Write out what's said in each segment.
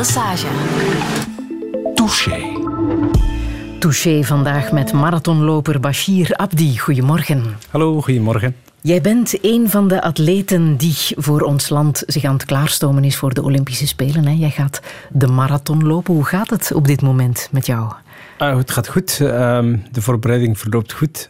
Passage. Touché vandaag met marathonloper Bashir Abdi. Goedemorgen. Hallo, goedemorgen. Jij bent een van de atleten die voor ons land zich aan het klaarstomen is voor de Olympische Spelen. Hè? Jij gaat de marathon lopen. Hoe gaat het op dit moment met jou? Het gaat goed. De voorbereiding verloopt goed.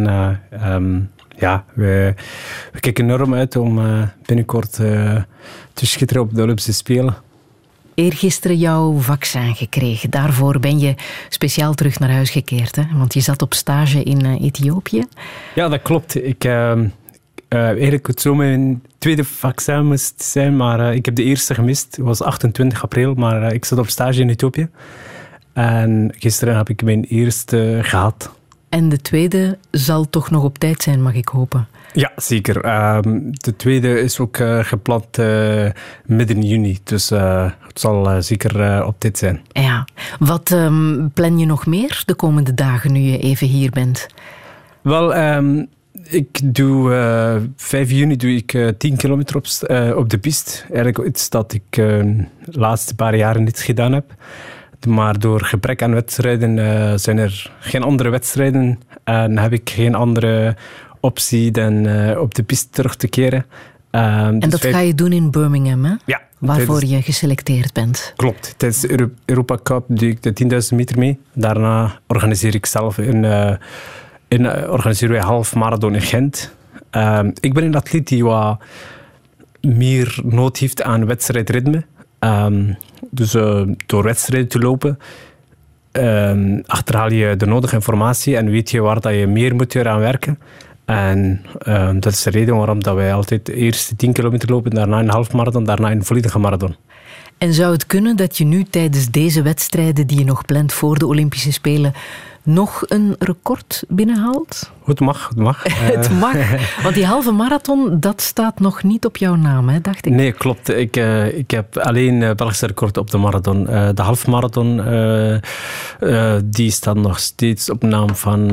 En we kijken enorm uit om binnenkort te schitteren op de Olympische Spelen. Eergisteren jouw vaccin gekregen. Daarvoor ben je speciaal terug naar huis gekeerd. Hè? Want je zat op stage in Ethiopië. Ja, dat klopt. Eigenlijk het zo mijn tweede vaccin moest zijn, maar ik heb de eerste gemist. Het was 28 april, maar ik zat op stage in Ethiopië. En gisteren heb ik mijn eerste gehad. En de tweede zal toch nog op tijd zijn, mag ik hopen? Ja, zeker. De tweede is ook gepland midden juni. Dus het zal zeker op tijd zijn. Ja. Wat plan je nog meer de komende dagen nu je even hier bent? Wel, ik doe 5 juni doe ik 10 kilometer op de piste. Eigenlijk iets dat ik de laatste paar jaren niet gedaan heb. Maar door gebrek aan wedstrijden zijn er geen andere wedstrijden. En heb ik geen andere optie dan op de piste terug te keren. En dat ga je doen in Birmingham, hè? Ja. Waarvoor je geselecteerd bent. Klopt. Tijdens de Europa Cup doe ik de 10.000 meter mee. Daarna organiseer ik zelf organiseren wij half marathon in Gent. Ik ben een atleet die wat meer nood heeft aan wedstrijdritme. Dus door wedstrijden te lopen achterhaal je de nodige informatie en weet je waar dat je meer moet aan werken. En dat is de reden waarom dat wij altijd eerst de 10 kilometer lopen, daarna een half marathon, daarna een volledige marathon. En zou het kunnen dat je nu tijdens deze wedstrijden die je nog plant voor de Olympische Spelen nog een record binnenhaalt? Het mag. Het mag, want die halve marathon, dat staat nog niet op jouw naam, hè, dacht ik. Nee, klopt. Ik heb alleen Belgische record op de marathon. De halve marathon, die staat nog steeds op naam van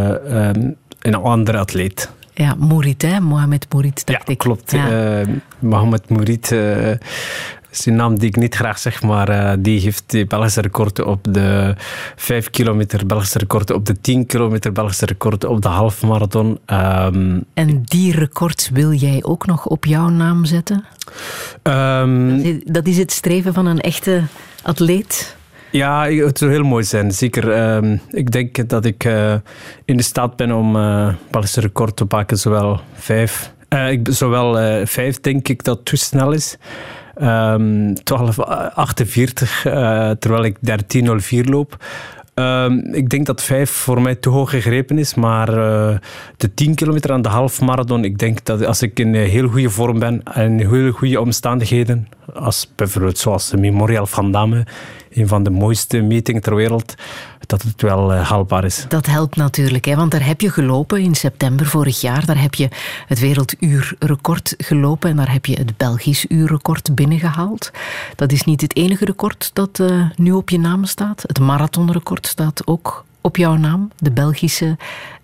een andere atleet. Ja, Mourid, hè? Mohamed Mourid, dacht ik. Klopt. Ja. Mohamed Mourid is een naam die ik niet graag zeg, maar die heeft de Belgische record op de 5 kilometer, Belgische record op de 10 kilometer, Belgische record op de halve marathon. En die records wil jij ook nog op jouw naam zetten? Dat is het streven van een echte atleet? Ja, het zou heel mooi zijn, zeker. Ik denk dat ik in de staat ben om Belgische record te pakken, zowel 5 denk ik dat het te snel is. 12:48, terwijl ik 13:04 loop. Ik denk dat 5 voor mij te hoog gegrepen is, maar de 10 kilometer aan de half marathon, ik denk dat als ik in heel goede vorm ben en in heel goede omstandigheden, als bijvoorbeeld zoals de Memorial van Damme, een van de mooiste metingen ter wereld, dat het wel haalbaar is. Dat helpt natuurlijk, hè? Want daar heb je gelopen in september vorig jaar. Daar heb je het werelduurrecord gelopen en daar heb je het Belgisch uurrecord binnengehaald. Dat is niet het enige record dat nu op je naam staat. Het marathonrecord staat ook op jouw naam, de Belgische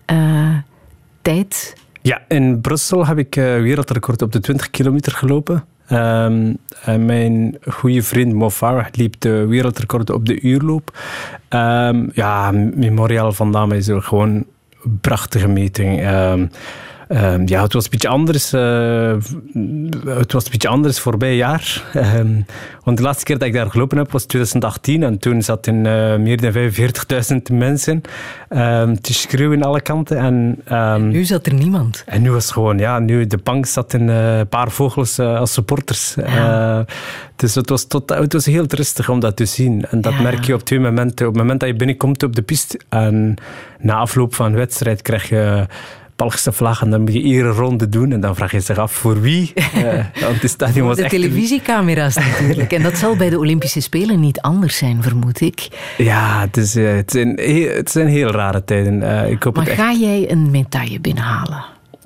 tijd. Ja, in Brussel heb ik wereldrecord op de 20 kilometer gelopen. Mijn goede vriend Mo Farah liep de wereldrecord op de uurloop. Memorial van Damme is gewoon een prachtige meting. Het was een beetje anders voorbij jaar. Want de laatste keer dat ik daar gelopen heb was 2018 en toen zaten meer dan 45.000 mensen te schreeuwen aan alle kanten. En nu zat er niemand. En nu was het gewoon, nu de bank zaten een paar vogels als supporters. Ja. Dus het was heel rustig om dat te zien. En dat merk je op 2 momenten. Op het moment dat je binnenkomt op de piste en na afloop van een wedstrijd krijg je Belgische vlag en dan moet je iedere ronde doen en dan vraag je zich af voor wie. Want het stadion was de echt televisiecamera's natuurlijk. En dat zal bij de Olympische Spelen niet anders zijn, vermoed ik. Ja, het zijn heel rare tijden. Maar ga jij een medaille binnenhalen?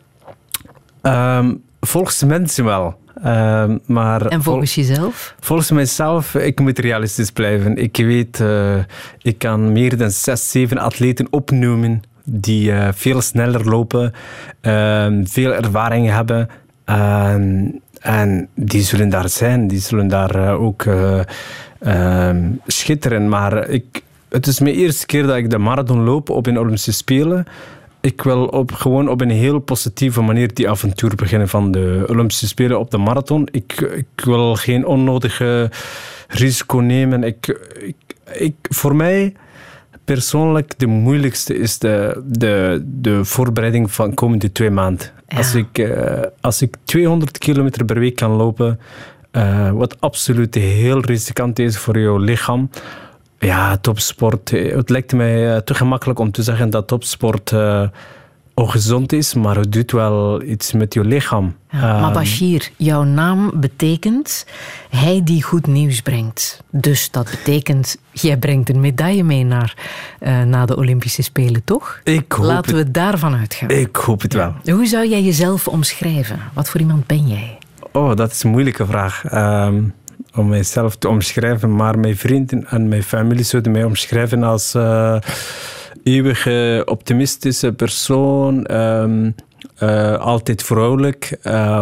Volgens de mensen wel. En volgens jezelf? Volgens mijzelf, ik moet realistisch blijven. Ik weet, ik kan meer dan 6-7 atleten opnoemen die veel sneller lopen, veel ervaring hebben. En die zullen daar zijn. Die zullen daar ook schitterend. Maar het is mijn eerste keer dat ik de marathon loop op een Olympische Spelen. Ik wil gewoon op een heel positieve manier die avontuur beginnen van de Olympische Spelen op de marathon. Ik wil geen onnodige risico nemen. Voor mij persoonlijk de moeilijkste is de voorbereiding van de komende 2 maanden. Ja. Als ik 200 kilometer per week kan lopen, wat absoluut heel riskant is voor jouw lichaam. Ja, topsport. Het lijkt mij te gemakkelijk om te zeggen dat topsport ongezond is, maar het doet wel iets met je lichaam. Ja, maar Bashir, jouw naam betekent hij die goed nieuws brengt. Dus dat betekent, jij brengt een medaille mee na de Olympische Spelen, toch? Laten we daarvan uitgaan. Ik hoop het wel. Hoe zou jij jezelf omschrijven? Wat voor iemand ben jij? Oh, dat is een moeilijke vraag. Om mijzelf te omschrijven, maar mijn vrienden en mijn familie zouden mij omschrijven als eeuwige optimistische persoon, altijd vrolijk,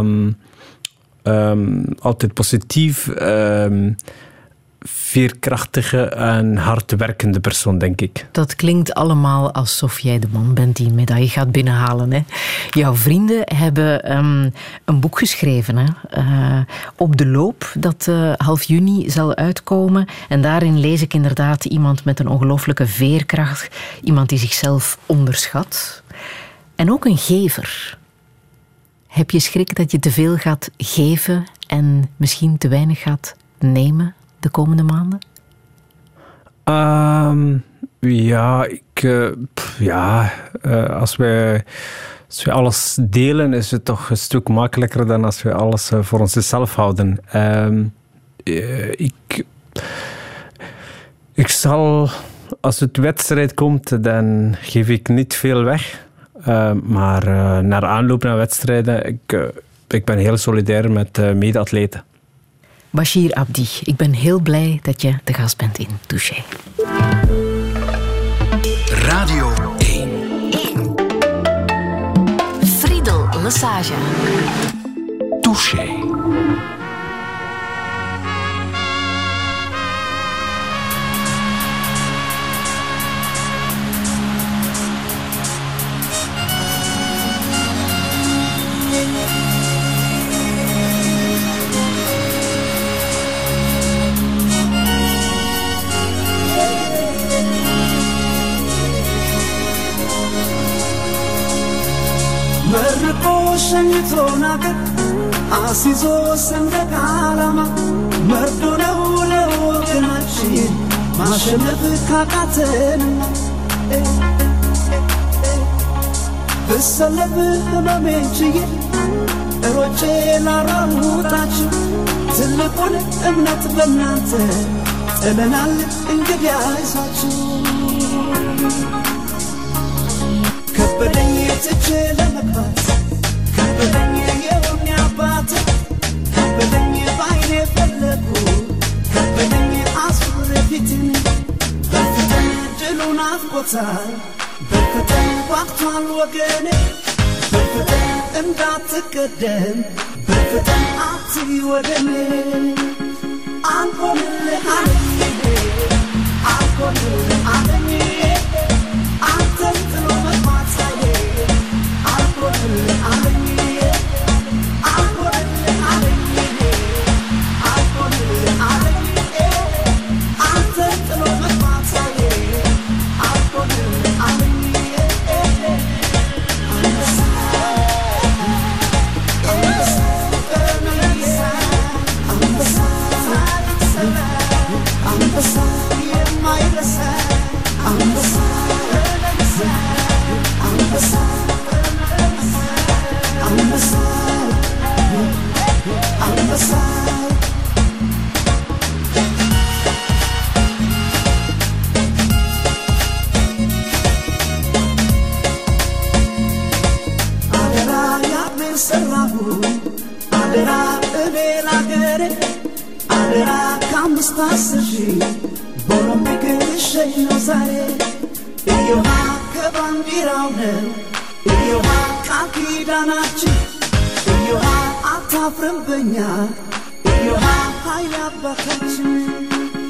altijd positief, veerkrachtige en hardwerkende persoon, denk ik. Dat klinkt allemaal alsof jij de man bent die een medaille gaat binnenhalen. Hè? Jouw vrienden hebben een boek geschreven, hè? Op de loop, dat half juni zal uitkomen. En daarin lees ik inderdaad iemand met een ongelooflijke veerkracht. Iemand die zichzelf onderschat. En ook een gever. Heb je schrik dat je te veel gaat geven en misschien te weinig gaat nemen de komende maanden? Als we alles delen, is het toch een stuk makkelijker dan als we alles voor onszelf houden. Ik zal, als het wedstrijd komt, dan geef ik niet veel weg. Maar naar aanloop naar wedstrijden, ik ben heel solidair met mede-atleten. Bashir Abdi, ik ben heel blij dat je de gast bent in Touché. Radio 1. Friedel Lesage. Touché. ሸኝቶ ናገር አሲዞ ሰንደቅ ዓላማ መርዶ ነው ለወገናችን ማሸነፍ ካቃተን ብሰለብ ህመሜን ችዬ ሮጬ ላራውጣችሁ ትልቁን እምነት በእናንተ ጥለናል እንግዲህ አይዟችሁ ከበደኝ ትቼ ለመግባት ከበደኝ የሆነ አባት ከበደኝ ባይኔ ፈለኩ ከበደኝ አስር ፊትን በፍተን ድሉን አፍቆታል በፍተን ዋቅቷል ወገኔ በፍተን እንዳትቀደም በፍተን አትይ ወደኔ አንቆምልህ አለኝ አንቆምልህ አለኝ አንተን ጥሎ መግባት ሳይሄ አንቆምልህ አለኝ አንቆምልህ አለኝ አንቆምልህ አለኝ አንተን ጥሎ መግባት ሳይሄ አንቆምልህ አለኝ በኦሎምፒክ ልሸኝ ነው ዛሬ እዮሃ ከባንዲራው ነው እዮሃ ቃል ኪዳናችን እዮሃ አታፍርም በኛ እዮሃ ኃይል አባታችን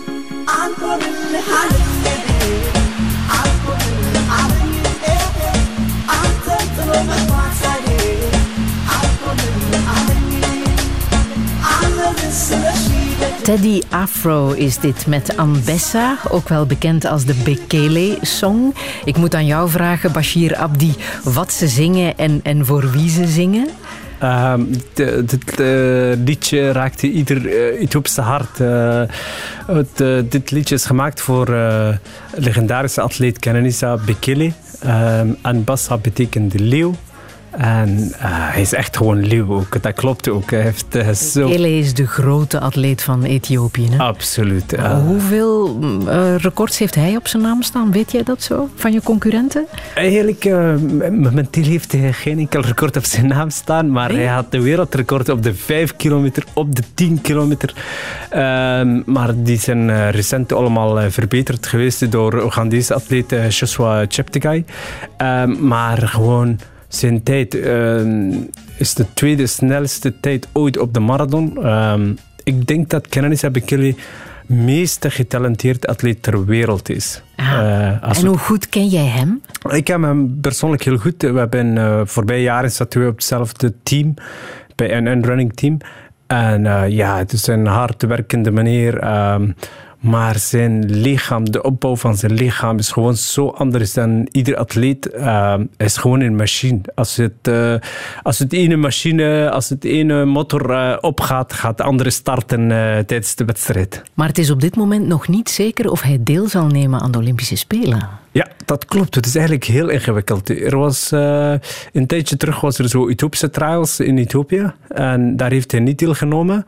Teddy Afro is dit met Ambessa, ook wel bekend als de Bekele-song. Ik moet aan jou vragen, Bashir Abdi, wat ze zingen en voor wie ze zingen? Dit liedje raakte ieder Ethiopische hart. Dit liedje is gemaakt voor legendarische atleet Kenenisa Bekele. Ambessa betekent leeuw. En hij is echt gewoon leeuw ook. Dat klopt ook. Bekele is de grote atleet van Ethiopië. Hè? Absoluut. Hoeveel records heeft hij op zijn naam staan? Weet jij dat zo? Van je concurrenten? Eigenlijk, momenteel heeft hij geen enkel record op zijn naam staan. Maar hij had de wereldrecord op de 5 kilometer, op de 10 kilometer. Maar die zijn recent allemaal verbeterd geweest door Oegandese atleet Joshua Cheptegei. Maar gewoon... Zijn tijd is de tweede snelste tijd ooit op de marathon. Ik denk dat Kenenisa Bekele de meest getalenteerde atleet ter wereld is. En hoe goed ken jij hem? Ik ken hem persoonlijk heel goed. We hebben voorbije jaren zaten we op hetzelfde team, bij een running team. En het is een hardwerkende manier. Maar zijn lichaam, de opbouw van zijn lichaam is gewoon zo anders dan ieder atleet. Hij is gewoon een machine. Als het ene motor opgaat, gaat de andere starten tijdens de wedstrijd. Maar het is op dit moment nog niet zeker of hij deel zal nemen aan de Olympische Spelen. Ja, dat klopt. Het is eigenlijk heel ingewikkeld. Er was een tijdje terug was er zo Ethiopische trials in Ethiopië. En daar heeft hij niet deelgenomen.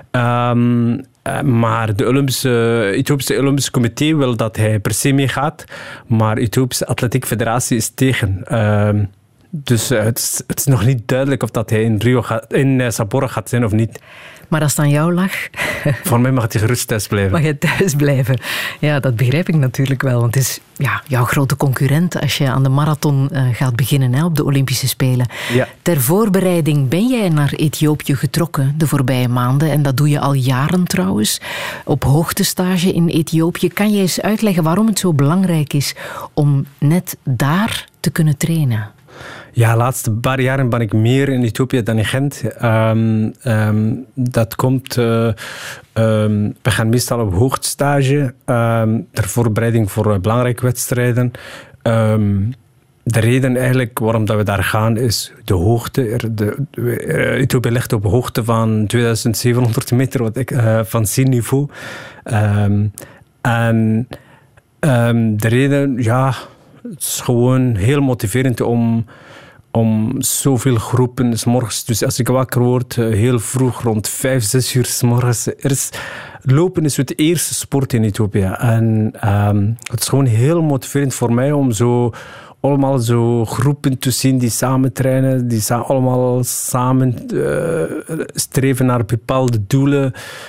Maar de Ethiopische Olympische Comité wil dat hij per se meegaat. Maar de Ethiopische Atletiek Federatie is tegen. Dus het is nog niet duidelijk of dat hij in Sapporo gaat zijn of niet. Maar als het aan jou lag... Voor mij mag hij gerust thuis blijven. Mag je thuis blijven? Ja, dat begrijp ik natuurlijk wel. Want het is jouw grote concurrent als je aan de marathon gaat beginnen op de Olympische Spelen. Ja. Ter voorbereiding ben jij naar Ethiopië getrokken de voorbije maanden. En dat doe je al jaren trouwens. Op hoogtestage in Ethiopië. Kan je eens uitleggen waarom het zo belangrijk is om net daar te kunnen trainen? Ja, de laatste paar jaren ben ik meer in Ethiopië dan in Gent. Dat komt... we gaan meestal op hoogtestage ter voorbereiding voor belangrijke wedstrijden. De reden eigenlijk waarom dat we daar gaan is de hoogte. Ethiopië ligt op een hoogte van 2700 meter van zeeniveau. En de reden, het is gewoon heel motiverend om zoveel groepen 's morgens. Dus als ik wakker word, heel vroeg, rond 5, 6 uur 's morgens. Lopen is het eerste sport in Ethiopië. En het is gewoon heel motiverend voor mij om allemaal zo groepen te zien die samen trainen, die allemaal samen streven naar bepaalde doelen.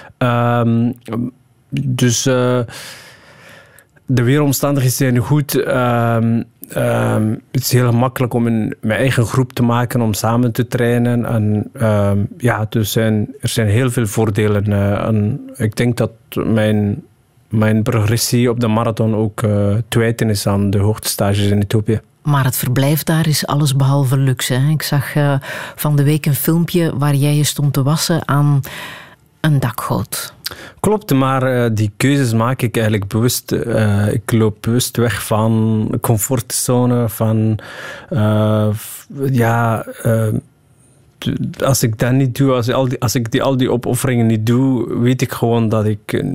Dus de weeromstandigheden zijn goed. Het is heel makkelijk om mijn eigen groep te maken, om samen te trainen. En er zijn heel veel voordelen. En ik denk dat mijn progressie op de marathon ook te wijten is aan de hoogtestages in Ethiopië. Maar het verblijf daar is allesbehalve luxe. Hè? Ik zag van de week een filmpje waar jij je stond te wassen aan een dakgoot. Klopt, maar die keuzes maak ik eigenlijk bewust. Ik loop bewust weg van comfortzone, van als ik dat niet doe, als ik al die opofferingen niet doe, weet ik gewoon dat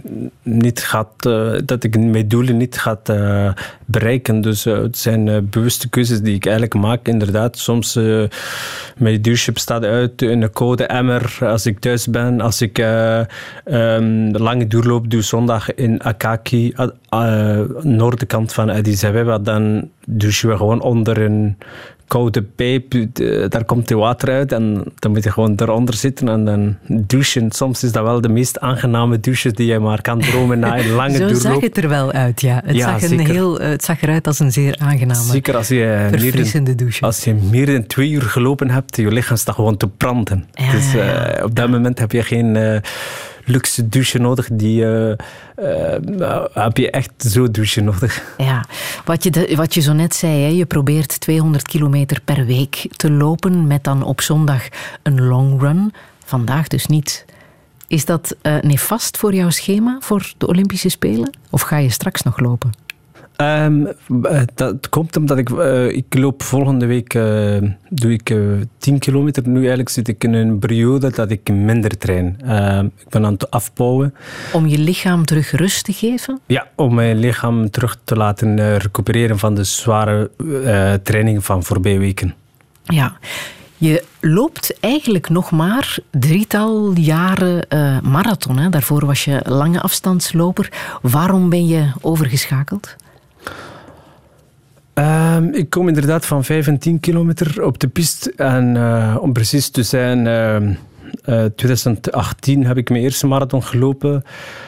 ik mijn doelen niet ga bereiken. Dus het zijn bewuste keuzes die ik eigenlijk maak. Inderdaad, soms mijn douche bestaat uit in een koude emmer als ik thuis ben. Als ik de lange duurloop doe zondag in Akaki, noordkant van Addis Abeba, dan douchen we gewoon onder een koude pijp, daar komt het water uit en dan moet je gewoon eronder zitten en dan douchen. Soms is dat wel de meest aangename douche die je maar kan dromen na een lange duurloop. Zo zag het er wel uit, ja. Het zag eruit als een zeer aangename, zeker als je verfrissende douche. Als je meer dan 2 uur gelopen hebt, je lichaam staat gewoon te branden. Ja, dus op dat moment heb je geen luxe douche nodig. Die heb je echt zo douche nodig. Ja, wat je zo net zei, hè, je probeert 200 kilometer per week te lopen met dan op zondag een long run. Vandaag dus niet. Is dat nefast voor jouw schema voor de Olympische Spelen? Of ga je straks nog lopen? Dat komt omdat ik loop volgende week doe ik 10 kilometer. Nu eigenlijk zit ik in een periode dat ik minder train. Ik ben aan het afbouwen. Om je lichaam terug rust te geven? Ja, om mijn lichaam terug te laten recupereren van de zware training van voorbije weken. Ja, je loopt eigenlijk nog maar 3-tal jaren marathon. Hè? Daarvoor was je lange afstandsloper. Waarom ben je overgeschakeld? Ik kom inderdaad van 5 en 10 kilometer op de piste. En om precies te zijn, 2018 heb ik mijn eerste marathon gelopen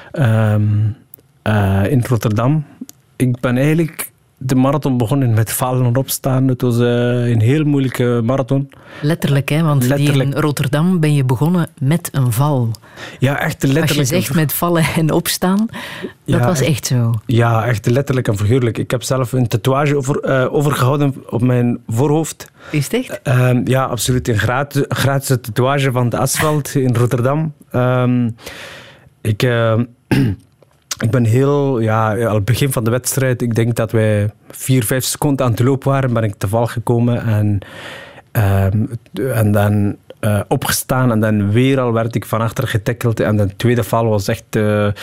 in Rotterdam. Ik ben eigenlijk de marathon begonnen met vallen en opstaan. Het was een heel moeilijke marathon. Letterlijk, hè? Want letterlijk. Die in Rotterdam ben je begonnen met een val. Ja, echt letterlijk. Als je zegt met vallen en opstaan, dat was echt zo. Ja, echt letterlijk en figuurlijk. Ik heb zelf een tatoeage overgehouden op mijn voorhoofd. Is het echt? Ja, absoluut. Een gratis tatoeage van de asfalt in Rotterdam. Ik ben al het begin van de wedstrijd, ik denk dat wij 4-5 seconden aan het lopen waren, ben ik te val gekomen en dan opgestaan en dan weer al werd ik van achter getackeld en de tweede val was echt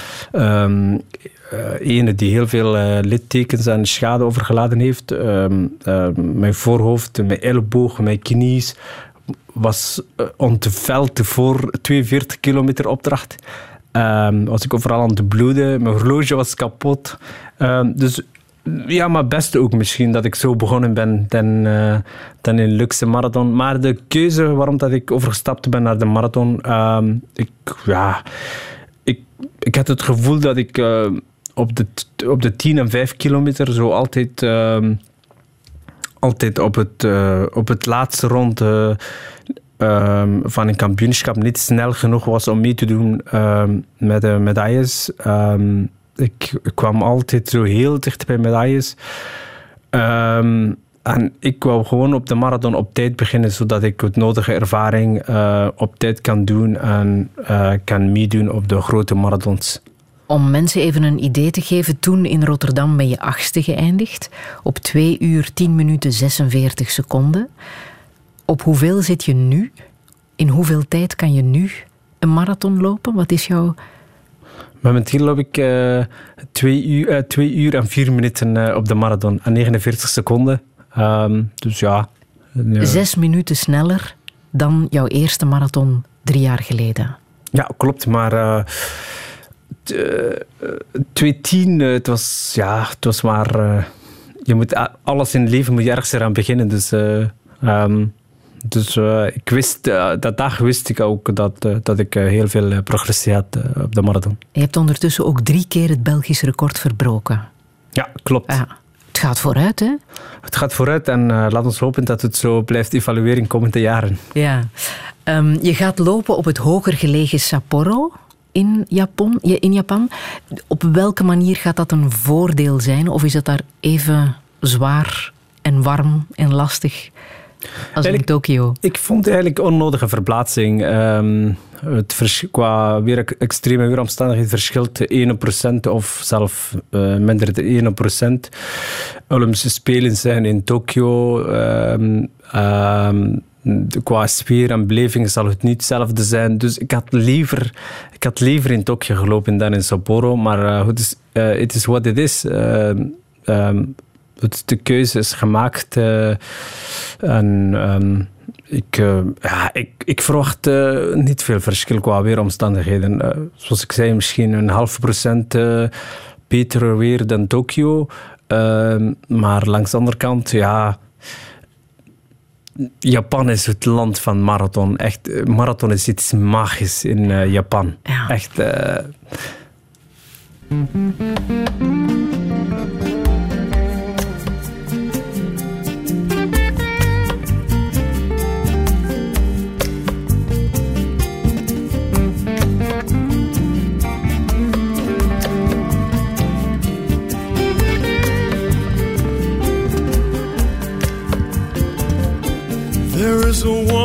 ene die heel veel littekens en schade overgeladen heeft. Mijn voorhoofd, mijn elleboog, mijn knies was op de veld voor 42 kilometer opdracht. Was ik overal aan het bloeden. Mijn horloge was kapot. Dus ja, maar het beste ook misschien dat ik zo begonnen ben dan in luxe marathon. Maar de keuze waarom dat ik overgestapt ben naar de marathon... Ik had het gevoel dat ik op de 10 en 5 kilometer zo altijd op het laatste rond... van een kampioenschap niet snel genoeg was om mee te doen met de medailles. Ik kwam altijd zo heel dicht bij medailles. En ik wou gewoon op de marathon op tijd beginnen, zodat ik het nodige ervaring op tijd kan doen en kan meedoen op de grote marathons. Om mensen even een idee te geven, toen in Rotterdam ben je 8e geëindigd. Op 2 uur 10 minuten 46 seconden. Op hoeveel zit je nu? In hoeveel tijd kan je nu een marathon lopen? Wat is jouw... Momenteel loop ik 2 uur en 4 minuten op de marathon. En 49 seconden. Dus ja. 6 minuten sneller dan jouw eerste marathon 3 jaar geleden. Ja, klopt. Maar 2:10, het was maar... je moet alles in het leven moet je ergens eraan beginnen. Dus ik wist, dat dag wist ik ook dat ik heel veel progressie had op de marathon. Je hebt ondertussen ook 3 keer het Belgisch record verbroken. Ja, klopt. Ja, het gaat vooruit, hè? Het gaat vooruit en laat ons hopen dat het zo blijft evalueren in komende jaren. Ja. Je gaat lopen op het hoger gelegen Sapporo in Japan. Op welke manier gaat dat een voordeel zijn? Of is het daar even zwaar en warm en lastig als in Tokio? Ik vond eigenlijk onnodige verplaatsing. Qua extreme weeromstandigheden verschilt 1% of zelfs minder dan 1%. Olympische Spelen zijn in Tokio. Qua sfeer en beleving zal het niet hetzelfde zijn. Dus ik had liever in Tokio gelopen dan in Sapporo. Maar het is wat het is. De keuze is gemaakt. Ik verwacht niet veel verschil qua weeromstandigheden. Zoals ik zei, misschien een 0,5% beter weer dan Tokio. Maar langs de andere kant, ja... Japan is het land van marathon. Echt, marathon is iets magisch in Japan. Ja. Echt...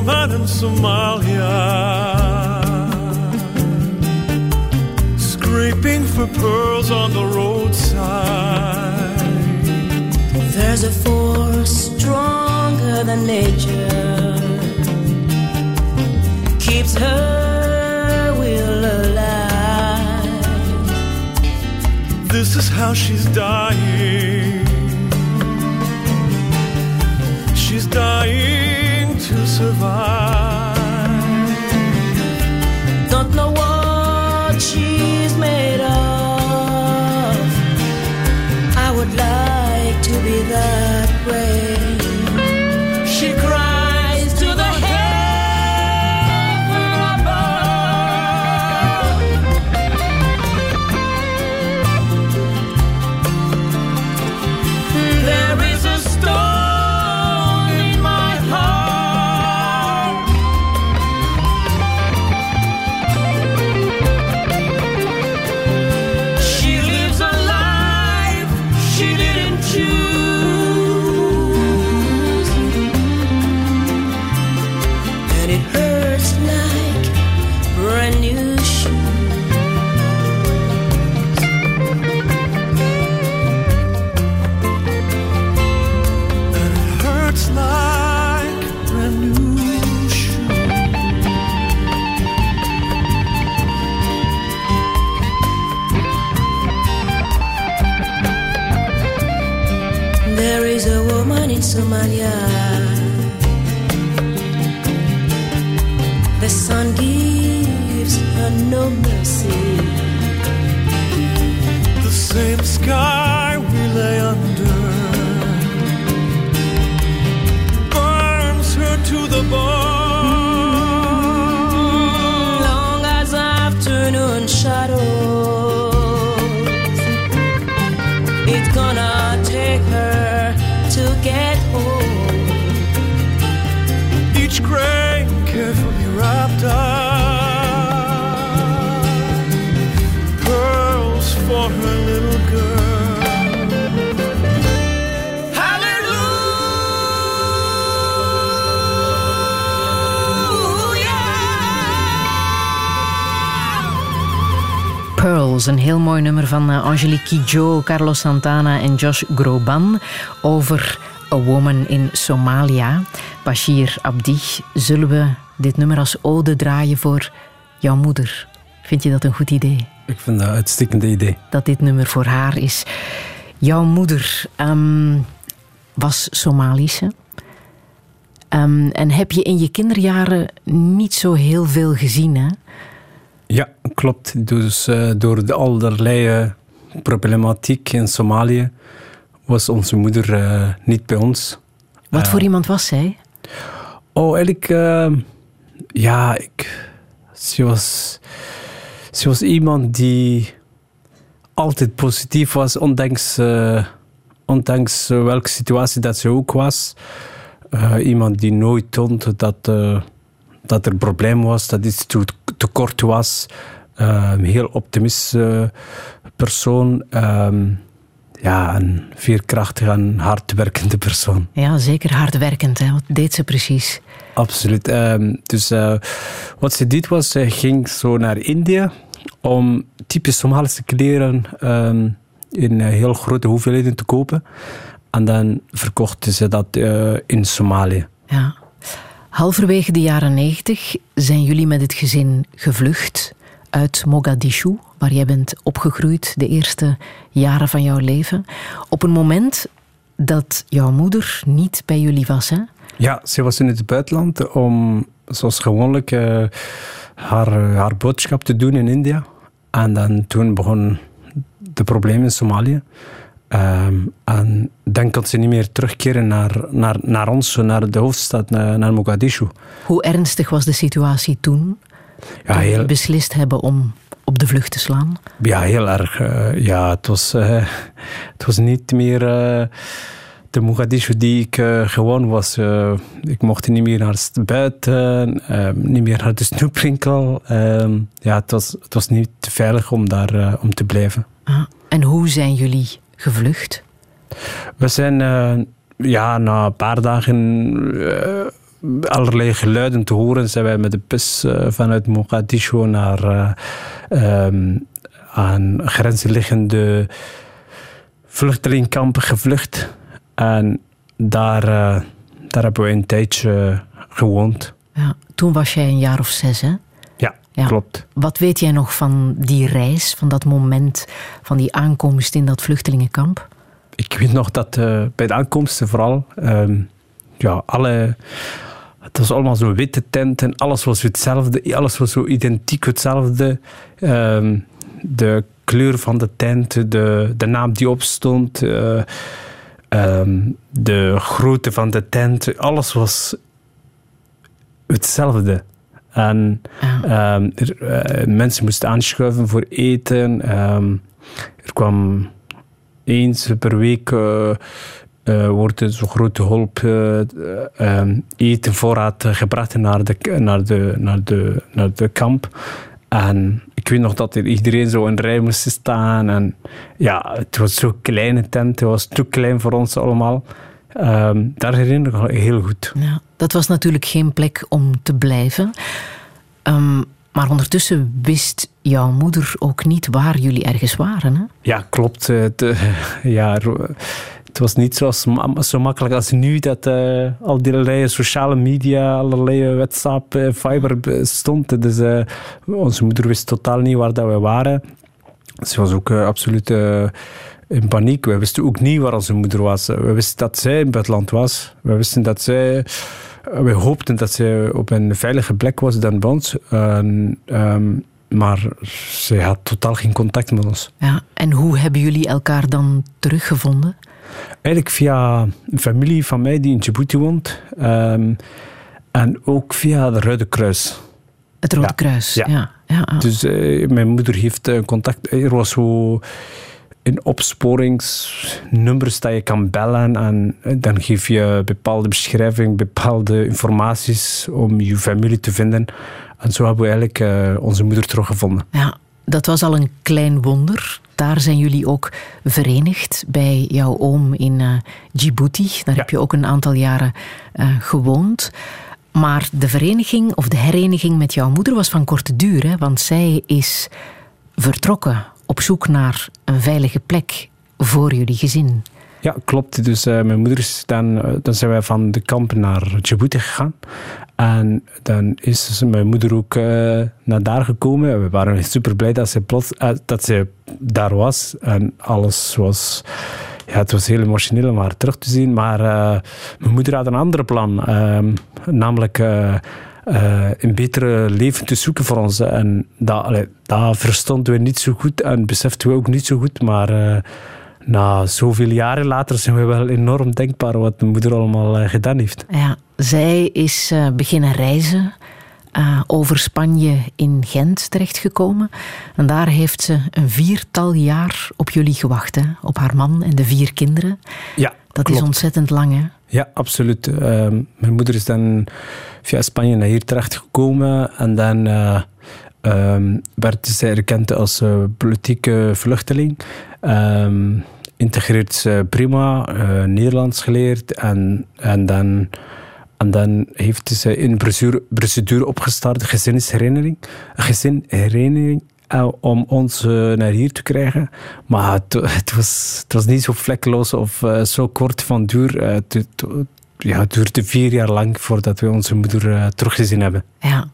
woman in Somalia, scraping for pearls on the roadside. There's a force stronger than nature, keeps her will alive. This is how she's dying. She's dying to survive. Don't know what she's made of. I would like to be that way. She cries to the heaven above. There is a stone in my heart. She lives a life she didn't choose, and it hurts like brand new shoes. Hurts like brand new shoes. There is a woman in Somalia. The sun gives her no mercy. The same sky we lay under burns her to the bone. Long as afternoon shadows, it's gonna take her to get home. Each grain carefully wrapped up, pearls for her little girl. Pearls, een heel mooi nummer van Angelique Kidjo, Carlos Santana en Josh Groban over A Woman in Somalia. Bashir Abdi, zullen we dit nummer als ode draaien voor jouw moeder? Vind je dat een goed idee? Ik vind dat een uitstekend idee. Dat dit nummer voor haar is. Jouw moeder was Somalische. En heb je in je kinderjaren niet zo heel veel gezien, hè? Ja, klopt. Dus door de allerlei problematiek in Somalië was onze moeder niet bij ons. Wat voor iemand was zij? Oh, eigenlijk... Ze was iemand die altijd positief was, ondanks welke situatie dat ze ook was. Iemand die nooit toonde dat er een probleem was, dat iets tekort was. Een heel optimistische persoon. Een veerkrachtige en hardwerkende persoon. Ja, zeker hardwerkend. Hè? Wat deed ze precies? Absoluut. Wat ze deed was, ze ging zo naar India om typisch Somalische kleren in heel grote hoeveelheden te kopen. En dan verkochten ze dat in Somalië. Ja. Halverwege de jaren 90 zijn jullie met het gezin gevlucht uit Mogadishu, waar jij bent opgegroeid de eerste jaren van jouw leven. Op een moment dat jouw moeder niet bij jullie was, hè? Ja, ze was in het buitenland om, zoals gewoonlijk, haar boodschap te doen in India. En dan toen begon de problemen in Somalië. En dan kon ze niet meer terugkeren naar ons, naar de hoofdstad, naar Mogadishu. Hoe ernstig was de situatie toen? Ja, toen we beslist hebben om op de vlucht te slaan? Ja, heel erg. Het was niet meer de Mogadishu die ik gewoon was. Ik mocht niet meer naar buiten, niet meer naar de snoepwinkel. Het was niet te veilig om daar om te blijven. En hoe zijn jullie gevlucht? We zijn na een paar dagen allerlei geluiden te horen zijn wij met de bus vanuit Mogadishu naar aan grensliggende vluchtelingkampen gevlucht. En daar hebben we een tijdje gewoond. Ja, toen was jij een jaar of 6, hè? Ja, klopt. Wat weet jij nog van die reis, van dat moment, van die aankomst in dat vluchtelingenkamp? Ik weet nog dat bij de aankomsten vooral... het was allemaal zo witte tenten. Alles was hetzelfde. Alles was zo identiek hetzelfde. De kleur van de tent, de naam die opstond... de grootte van de tent. Alles was hetzelfde. En mensen moesten aanschuiven voor eten. Er kwam eens per week wordt zo'n grote hulp eten voorraad gebracht naar de kamp. En ik weet nog dat iedereen zo in rij moest staan. En ja, het was zo'n kleine tent. Het was te klein voor ons allemaal. Daar herinner ik me heel goed. Ja, dat was natuurlijk geen plek om te blijven. Maar ondertussen wist jouw moeder ook niet waar jullie ergens waren, hè? Ja, klopt. Het was niet zo makkelijk als nu dat al die allerlei sociale media, allerlei WhatsApp, Viber bestond. Dus onze moeder wist totaal niet waar dat we waren. Ze was ook absoluut in paniek. We wisten ook niet waar onze moeder was. We wisten dat zij in het buitenland was. We hoopten dat zij op een veilige plek was dan bij ons. Maar ze had totaal geen contact met ons. Ja, en hoe hebben jullie elkaar dan teruggevonden? Eigenlijk via een familie van mij die in Djibouti woont. En ook via het Rode Kruis. Het Rode Kruis, ja. Dus mijn moeder heeft contact. Er was zo een opsporingsnummers dat je kan bellen. En dan geef je bepaalde beschrijving, bepaalde informaties om je familie te vinden. En zo hebben we eigenlijk onze moeder teruggevonden. Ja, dat was al een klein wonder. Daar zijn jullie ook verenigd bij jouw oom in Djibouti. Daar heb je ook een aantal jaren gewoond. Maar de vereniging of de hereniging met jouw moeder was van korte duur. Hè? Want zij is vertrokken op zoek naar een veilige plek voor jullie gezin. Ja, klopt. Dus mijn moeder is dan zijn wij van de kamp naar Djibouti gegaan. En dan is mijn moeder ook naar daar gekomen. We waren super blij dat ze daar was. En alles was... Ja, het was heel emotioneel om haar terug te zien. Maar mijn moeder had een ander plan. Namelijk een betere leven te zoeken voor ons. En dat verstonden we niet zo goed. En beseften we ook niet zo goed. Maar... na zoveel jaren later zijn we wel enorm dankbaar wat mijn moeder allemaal gedaan heeft. Ja, zij is beginnen reizen, over Spanje in Gent terechtgekomen. En daar heeft ze een 4-tal jaar op jullie gewacht, hè? Op haar man en de 4 kinderen. Ja, dat klopt. Is ontzettend lang, hè? Ja, absoluut. Mijn moeder is dan via Spanje naar hier terechtgekomen. En dan werd zij erkend als politieke vluchteling. Integreert ze prima, Nederlands geleerd. En dan heeft ze een procedure opgestart, gezinhereniging, om ons naar hier te krijgen. Maar het was niet zo vlekkeloos of zo kort van duur. Het duurde 4 jaar lang voordat we onze moeder teruggezien hebben. Ja.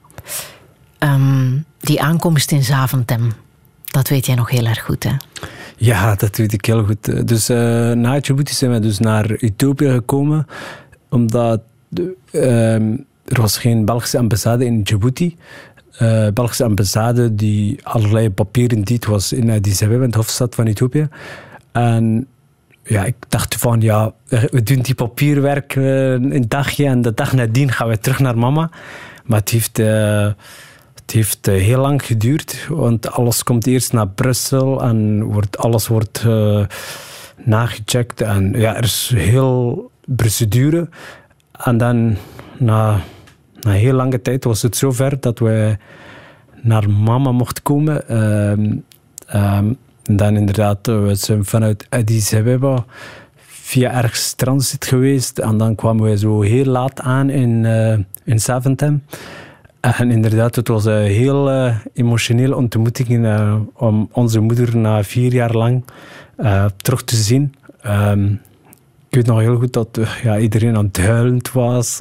Die aankomst in Zaventem, dat weet jij nog heel erg goed, hè? Ja, dat weet ik heel goed. Dus na Djibouti zijn we dus naar Ethiopië gekomen, omdat er was geen Belgische ambassade in Djibouti. Belgische ambassade die allerlei papieren deed, was in Addis Abeba, de hoofdstad van Ethiopië. En ja, ik dacht van, ja, we doen die papierwerk een dagje en de dag nadien gaan we terug naar mama. Maar het heeft heel lang geduurd, want alles komt eerst naar Brussel en alles wordt nagecheckt. En ja, er is heel procedure. En dan, na heel lange tijd, was het zover dat we naar mama mochten komen. En dan inderdaad, we zijn vanuit Addis Abeba via ergens transit geweest. En dan kwamen wij zo heel laat aan in Zaventem. En inderdaad, het was een heel emotionele ontmoeting om onze moeder na 4 jaar lang terug te zien. Ik weet nog heel goed dat iedereen aan het huilend was.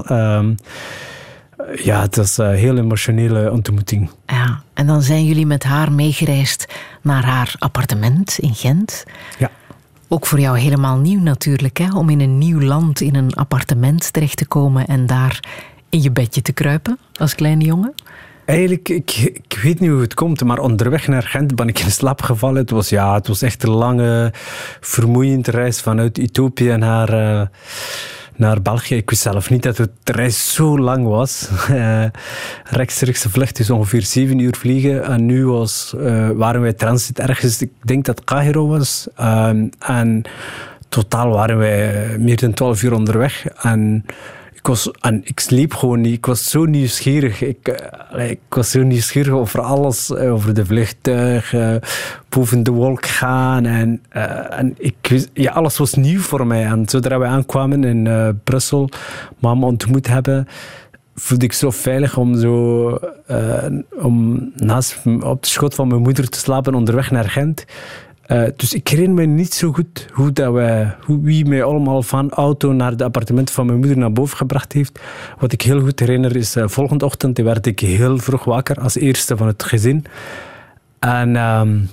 Het was een heel emotionele ontmoeting. Ja, en dan zijn jullie met haar meegereisd naar haar appartement in Gent. Ja. Ook voor jou helemaal nieuw natuurlijk, hè? Om in een nieuw land in een appartement terecht te komen en daar in je bedje te kruipen als kleine jongen. Eigenlijk, ik weet niet hoe het komt, maar onderweg naar Gent ben ik in slaap gevallen. Het was echt een lange, vermoeiende reis vanuit Ethiopië naar België. Ik wist zelf niet dat de reis zo lang was. Rechtstreekse vlucht is ongeveer 7 uur vliegen. En nu waren wij transit ergens, ik denk dat het Cairo was. En totaal waren wij meer dan 12 uur onderweg. En ik sliep gewoon niet. Ik was zo nieuwsgierig. Ik was zo nieuwsgierig over alles. Over de vliegtuig, boven de wolk gaan. En alles was nieuw voor mij. En zodra we aankwamen in Brussel, mama ontmoet hebben, voelde ik zo veilig om op de schoot van mijn moeder te slapen onderweg naar Gent. Dus ik herinner me niet zo goed wie mij allemaal van auto naar het appartement van mijn moeder naar boven gebracht heeft. Wat ik heel goed herinner is, volgende ochtend werd ik heel vroeg wakker als eerste van het gezin. En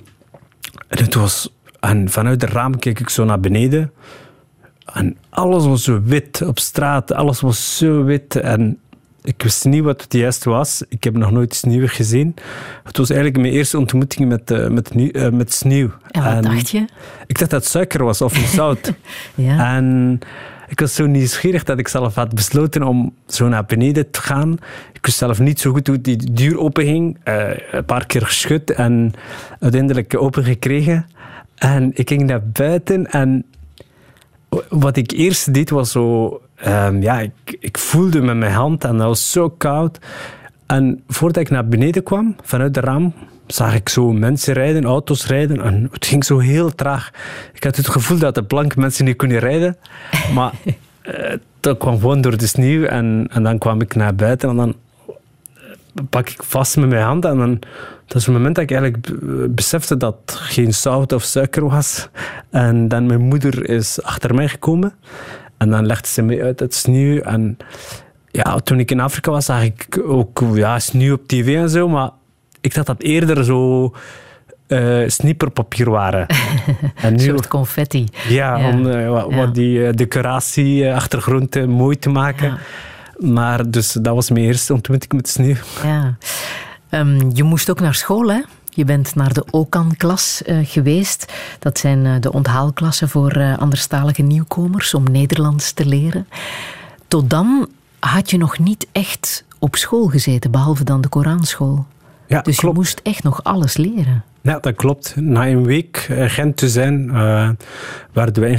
vanuit het raam keek ik zo naar beneden. En alles was zo wit op straat. Alles was zo wit. En ik wist niet wat het juist was. Ik heb nog nooit sneeuw gezien. Het was eigenlijk mijn eerste ontmoeting met sneeuw. En wat dacht je? Ik dacht dat het suiker was of zout. Ja. En ik was zo nieuwsgierig dat ik zelf had besloten om zo naar beneden te gaan. Ik wist zelf niet zo goed hoe die deur openging. Een paar keer geschud en uiteindelijk opengekregen. En ik ging naar buiten en wat ik eerst deed was zo... ik voelde met mijn hand en dat was zo koud. En voordat ik naar beneden kwam, vanuit de raam, zag ik zo mensen rijden, auto's rijden. En het ging zo heel traag. Ik had het gevoel dat de blanke mensen niet kunnen rijden. Maar dat kwam gewoon door de sneeuw. En dan kwam ik naar buiten en dan pak ik vast met mijn hand. En dan, dat is het moment dat ik eigenlijk besefte dat het geen zout of suiker was. En dan mijn moeder is achter mij gekomen. En dan legde ze me uit het sneeuw. En toen ik in Afrika was, zag ik ook sneeuw op tv en zo. Maar ik dacht dat eerder zo snipperpapier waren. Een soort confetti. Om wat die decoratie, achtergrond mooi te maken. Ja. Maar dus dat was mijn eerste ontmoeting met sneeuw. Ja. Je moest ook naar school, hè? Je bent naar de OCAN-klas geweest. Dat zijn de onthaalklassen voor anderstalige nieuwkomers om Nederlands te leren. Tot dan had je nog niet echt op school gezeten, behalve dan de Koranschool. Ja, dus klopt. Je moest echt nog alles leren. Ja, dat klopt. Na een week Gent te zijn, werden we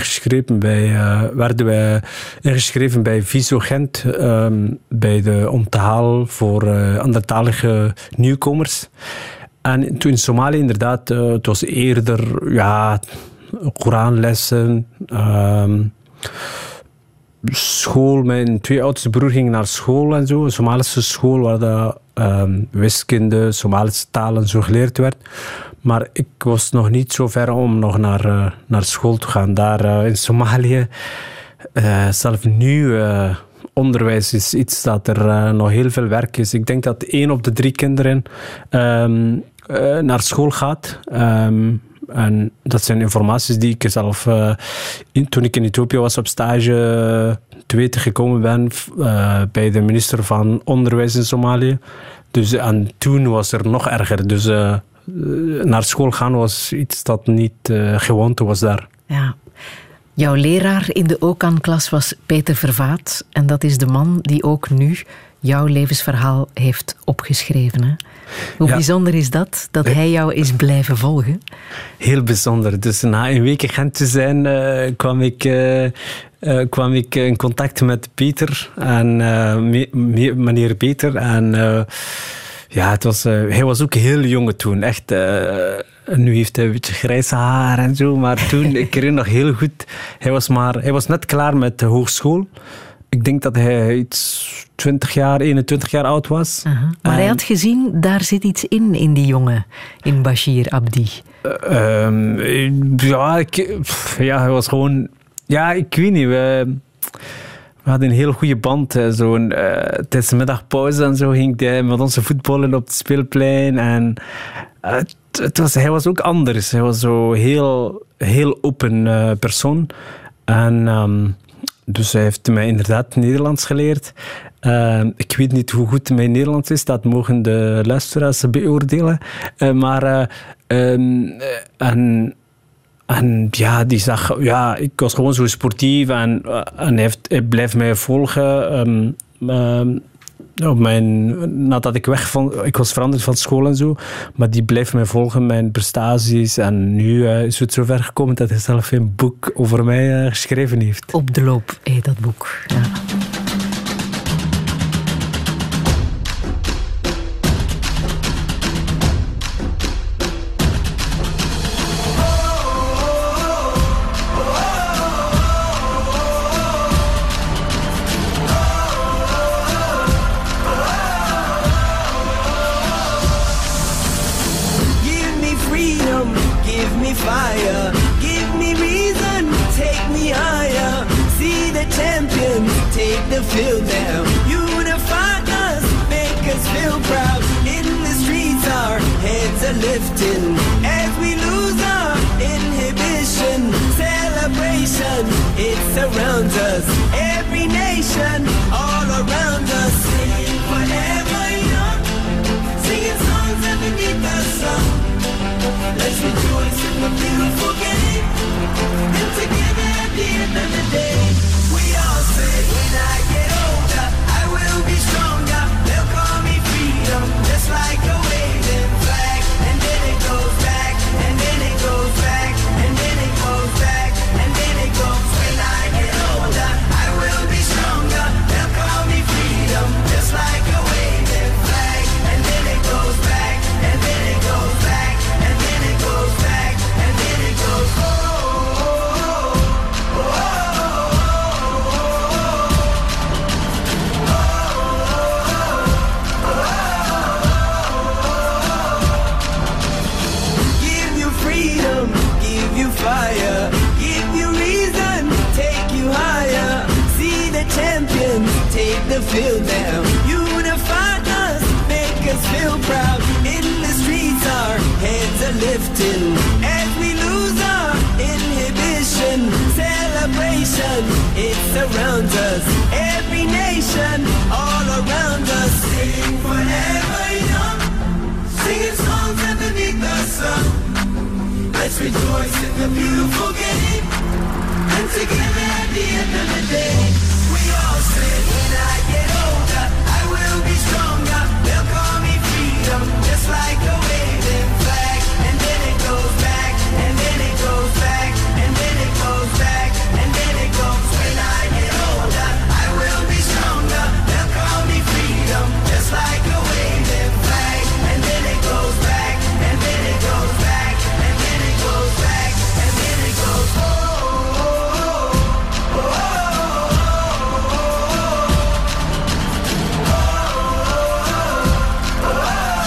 ingeschreven bij Viso Gent, bij de onthaal voor andertalige nieuwkomers. En toen in Somalië inderdaad, het was eerder Koranlessen, school. Mijn 2 oudste broer gingen naar school en zo, een Somalische school waar de wiskunde, Somalische taal en zo geleerd werd. Maar ik was nog niet zo ver om nog naar school te gaan. Daar in Somalië, zelf nu onderwijs is iets dat er nog heel veel werk is. Ik denk dat 1 op de 3 kinderen naar school gaat. En dat zijn informaties die ik zelf, toen ik in Ethiopië was op stage, te weten gekomen ben bij de minister van Onderwijs in Somalië. Dus, en toen was er nog erger. Dus naar school gaan was iets dat niet gewoonte was daar. Ja. Jouw leraar in de OCAN-klas was Peter Vervaat. En dat is de man die ook nu jouw levensverhaal heeft opgeschreven. Hè? Hoe bijzonder is dat hij jou is blijven volgen? Heel bijzonder. Dus na een week in Gent te zijn, kwam ik in contact met Peter en meneer Peter. En hij was ook heel jong toen. Echt Nu heeft hij een beetje grijze haar en zo, maar toen, ik herinner nog heel goed, hij was net klaar met de hogeschool. Ik denk dat hij iets 21 jaar oud was. Maar hij had gezien, daar zit iets in die jongen, in Bashir Abdi. Hij was gewoon... Ja, ik weet niet. We hadden een heel goede band. Tijdens de middagpauze en zo ging hij met onze voetballen op het speelplein. En hij was ook anders. Hij was zo heel open persoon. En dus hij heeft mij inderdaad Nederlands geleerd. Ik weet niet hoe goed mijn Nederlands is. Dat mogen de luisteraars beoordelen. En ja, die zag... Ja, ik was gewoon zo sportief en hij blijft mij volgen. Nadat ik ik was veranderd van school en zo, maar die blijft mij volgen, mijn prestaties. En nu is het zover gekomen dat hij zelf een boek over mij geschreven heeft. Op de loop heet dat boek. Ja. Feel down, unify us, make us feel proud. In the streets our heads are lifting as we lose our inhibition. Celebration, it surrounds us. Every nation, all around us. Sing forever young, singing songs underneath the sun. Let's rejoice in the beautiful game, and together at the end of the day, we all say, when I get older, I will be stronger. They'll call me freedom, just like a waving flag. And then it goes back, and then it goes back, and then it goes back, and then it goes. When I get older, I will be stronger. They'll call me freedom, just like a waving flag. And then it goes back, and then it goes back, and then it goes back, and then it goes. Oh, oh, oh, oh, oh. Fire, give you reason, take you higher. See the champions, take the field down. Unify us, make us feel proud. In the streets our heads are lifting as we lose our inhibition. Celebration, it surrounds us. Every nation, all around us. Sing forever young, singing songs underneath the sun. Let's rejoice in the beautiful game, and together at the end of the day, we all say, when I get older, I will be stronger. They'll call me freedom, just like a waving flag. And then it goes back, and then it goes back, and then it goes back, and then it goes. When I get older, I will be stronger. They'll call me freedom, just like a waving flag. And then it goes back, and then it goes back, and then it goes back, and then it goes. Oh, oh, oh, oh, oh, oh,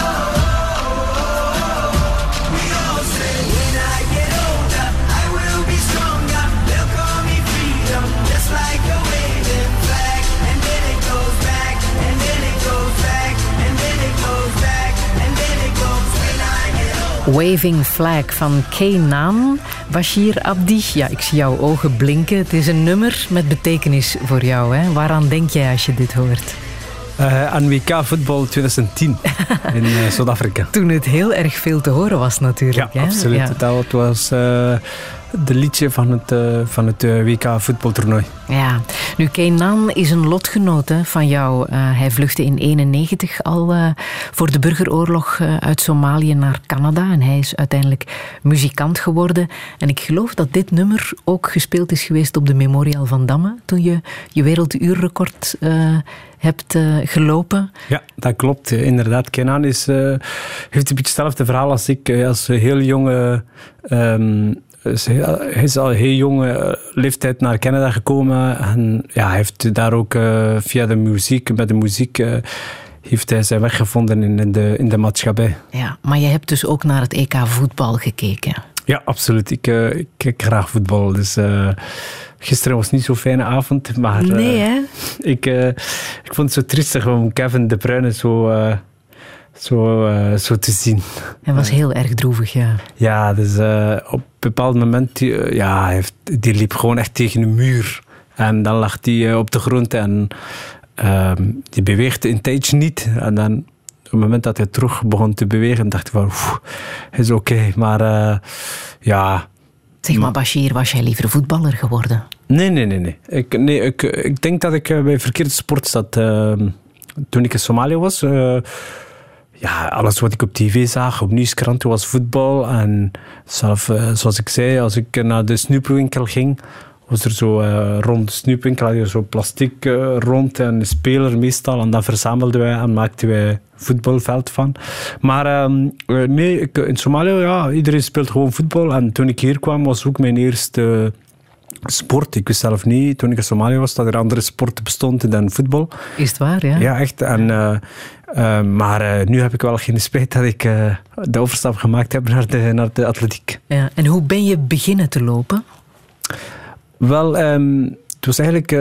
oh. We all say, when I get older, I will be stronger. They'll call me freedom, just like a waving flag. And then it goes back, and then it goes back, and then it goes back, and then it goes. When I get older. Waving Flag van Keenan, Bashir Abdi. Ja, ik zie jouw ogen blinken. Het is een nummer met betekenis voor jou. Hè? Waaraan denk jij als je dit hoort? Aan WK voetbal 2010 in Zuid-Afrika. Toen het heel erg veel te horen was natuurlijk. Ja, hè? absoluut. Ja. Dat was de liedje van het WK voetbaltoernooi. Ja, nu Keynan is een lotgenoot van jou. Hij vluchtte in 1991 al voor de burgeroorlog uit Somalië naar Canada. En hij is uiteindelijk muzikant geworden. En ik geloof dat dit nummer ook gespeeld is geweest op de Memorial van Damme. Toen je werelduurrecord hebt gelopen. Ja, dat klopt. Inderdaad, Keynan heeft een beetje hetzelfde verhaal als ik. Als heel jonge... hij is al heel jonge leeftijd naar Canada gekomen. En ja, hij heeft daar ook via de muziek, met de muziek... heeft hij zijn weg gevonden in de maatschappij. Ja, maar je hebt dus ook naar het EK voetbal gekeken. Ja, absoluut. Ik kijk graag voetbal. Dus gisteren was niet zo'n fijne avond. Maar nee, hè? Ik vond het zo triestig om Kevin De Bruyne zo te zien. Hij was heel erg droevig, ja. Ja, dus op een bepaald moment... die liep gewoon echt tegen een muur. En dan lag hij op de grond en die beweegde een tijdje niet. En dan, op het moment dat hij terug begon te bewegen, dacht ik van... hij is oké, maar ja... Zeg maar, Bashir, was jij liever voetballer geworden? Nee. Ik denk dat ik bij verkeerde sport zat. Toen ik in Somalië was... alles wat ik op tv zag, op nieuwskranten, was voetbal. En zelf, zoals ik zei, als ik naar de snoepwinkel ging, was er zo rond de snoepwinkel had je zo plastic rond en een speler meestal. En dan verzamelden wij en maakten wij voetbalveld van. Maar in Somalië, iedereen speelt gewoon voetbal. En toen ik hier kwam, was ook mijn eerste sport. Ik wist zelf niet, toen ik in Somalië was, dat er andere sporten bestonden dan voetbal. Is het waar, ja? Ja, echt. En, maar nu heb ik wel geen spijt dat ik de overstap gemaakt heb naar de atletiek. Ja, en hoe ben je beginnen te lopen? Wel, het was eigenlijk...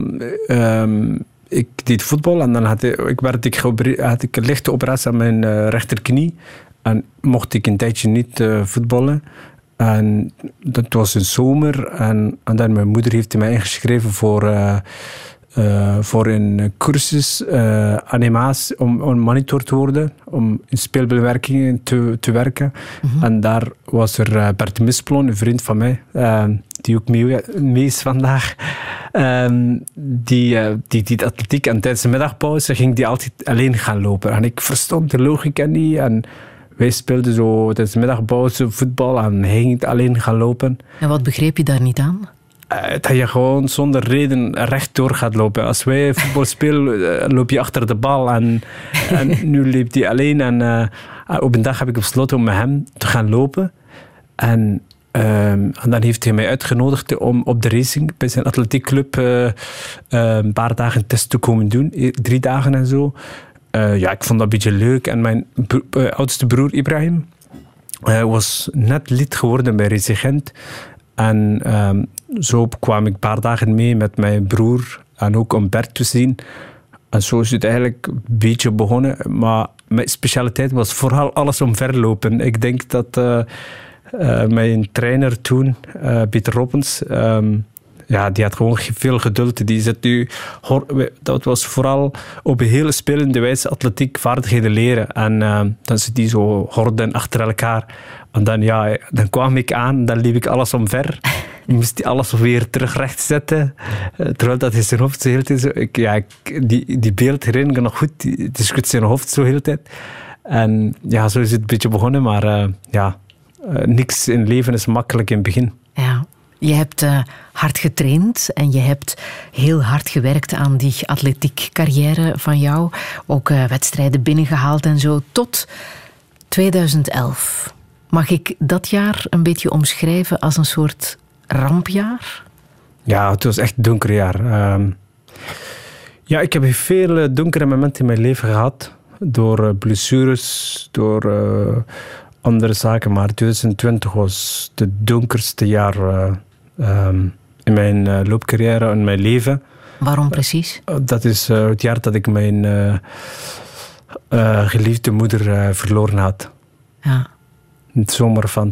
ik deed voetbal en dan had ik een lichte operatie aan mijn rechterknie. En mocht ik een tijdje niet voetballen. En dat was in zomer. En dan mijn moeder heeft mij ingeschreven voor een cursus animatie, om monitor te worden, om in speelbewerkingen te werken. Mm-hmm. En daar was er Bert Misploon, een vriend van mij, die ook mee is vandaag. Die atletiek. En tijdens de middagpauze ging die altijd alleen gaan lopen. En ik verstond de logica niet. En wij speelden zo tijdens de middagpauze voetbal en hij ging alleen gaan lopen. En wat begreep je daar niet aan? Dat je gewoon zonder reden rechtdoor gaat lopen. Als wij voetbal spelen, loop je achter de bal. En nu liep hij alleen. En op een dag heb ik besloten om met hem te gaan lopen. En dan heeft hij mij uitgenodigd om op de racing bij zijn atletiekclub een paar dagen test te komen doen. 3 dagen en zo. Ik vond dat een beetje leuk. En mijn oudste broer Ibrahim was net lid geworden bij Racing Gent. En zo kwam ik een paar dagen mee met mijn broer en ook om Bert te zien. En zo is het eigenlijk een beetje begonnen. Maar mijn specialiteit was vooral alles omverlopen. Ik denk dat mijn trainer toen, Pieter Robbens, die had gewoon veel geduld. Die zit nu, dat was vooral op een hele spelende wijze atletiek vaardigheden leren. En dan zit die zo horden achter elkaar. En dan kwam ik aan, dan liep ik alles omver. Moest hij alles weer terug recht zetten. Terwijl dat in zijn hoofd zo heel tijd zo... Die beeld herinner ik nog goed. Het is goed zijn hoofd zo de hele tijd. En ja, zo is het een beetje begonnen. Maar niks in leven is makkelijk in het begin. Ja. Je hebt hard getraind en je hebt heel hard gewerkt aan die atletiek carrière van jou. Ook wedstrijden binnengehaald en zo. Tot 2011. Mag ik dat jaar een beetje omschrijven als een soort rampjaar? Ja, het was echt een donker jaar. Ik heb veel donkere momenten in mijn leven gehad. Door blessures, door andere zaken. Maar 2020 was het donkerste jaar in mijn loopcarrière, in mijn leven. Waarom precies? Dat is het jaar dat ik mijn geliefde moeder verloren had. Ja. In de zomer van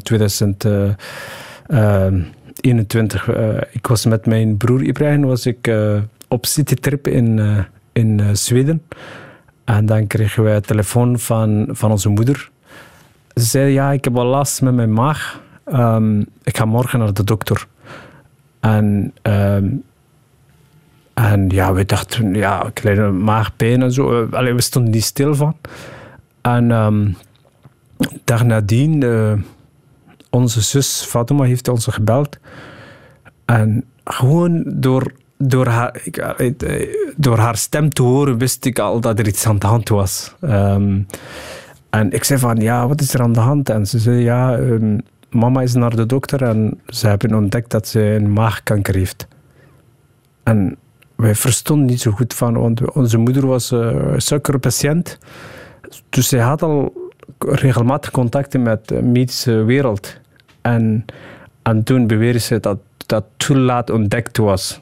2021. Ik was met mijn broer Ibrahim op citytrip in Zweden. En dan kregen wij een telefoon van onze moeder. Ze zei, ik heb wel last met mijn maag. ik ga morgen naar de dokter. En ja, we dachten, ja, kleine maagpijn en zo. We stonden niet stil van. En dag nadien, onze zus Fatima heeft ons gebeld. En gewoon door haar stem te horen, wist ik al dat er iets aan de hand was. En ik zei van, ja, wat is er aan de hand? En ze zei, ja, mama is naar de dokter en ze hebben ontdekt dat ze een maagkanker heeft. En wij verstonden niet zo goed van, want onze moeder was suikerpatiënt. Dus zij had al regelmatig contacten met de medische wereld. En toen beweerde ze dat dat te laat ontdekt was.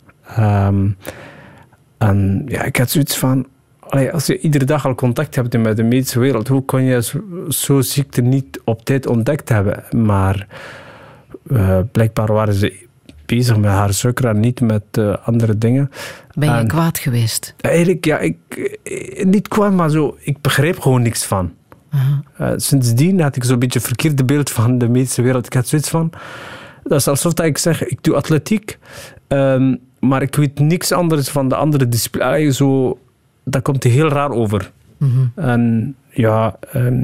En ja, ik had zoiets van, als je iedere dag al contact hebt met de medische wereld, hoe kon je zo'n ziekte niet op tijd ontdekt hebben? Maar blijkbaar waren ze bezig met haar suiker en niet met andere dingen. Ben je kwaad geweest? Eigenlijk, ja, niet kwaad, maar zo, ik begreep gewoon niks van. Sindsdien had ik zo'n beetje een verkeerde beeld van de medische wereld. Ik had zoiets van, dat is alsof ik zeg, ik doe atletiek, maar ik weet niks anders van de andere discipline. Zo, dat komt heel raar over. Mm-hmm. En ja,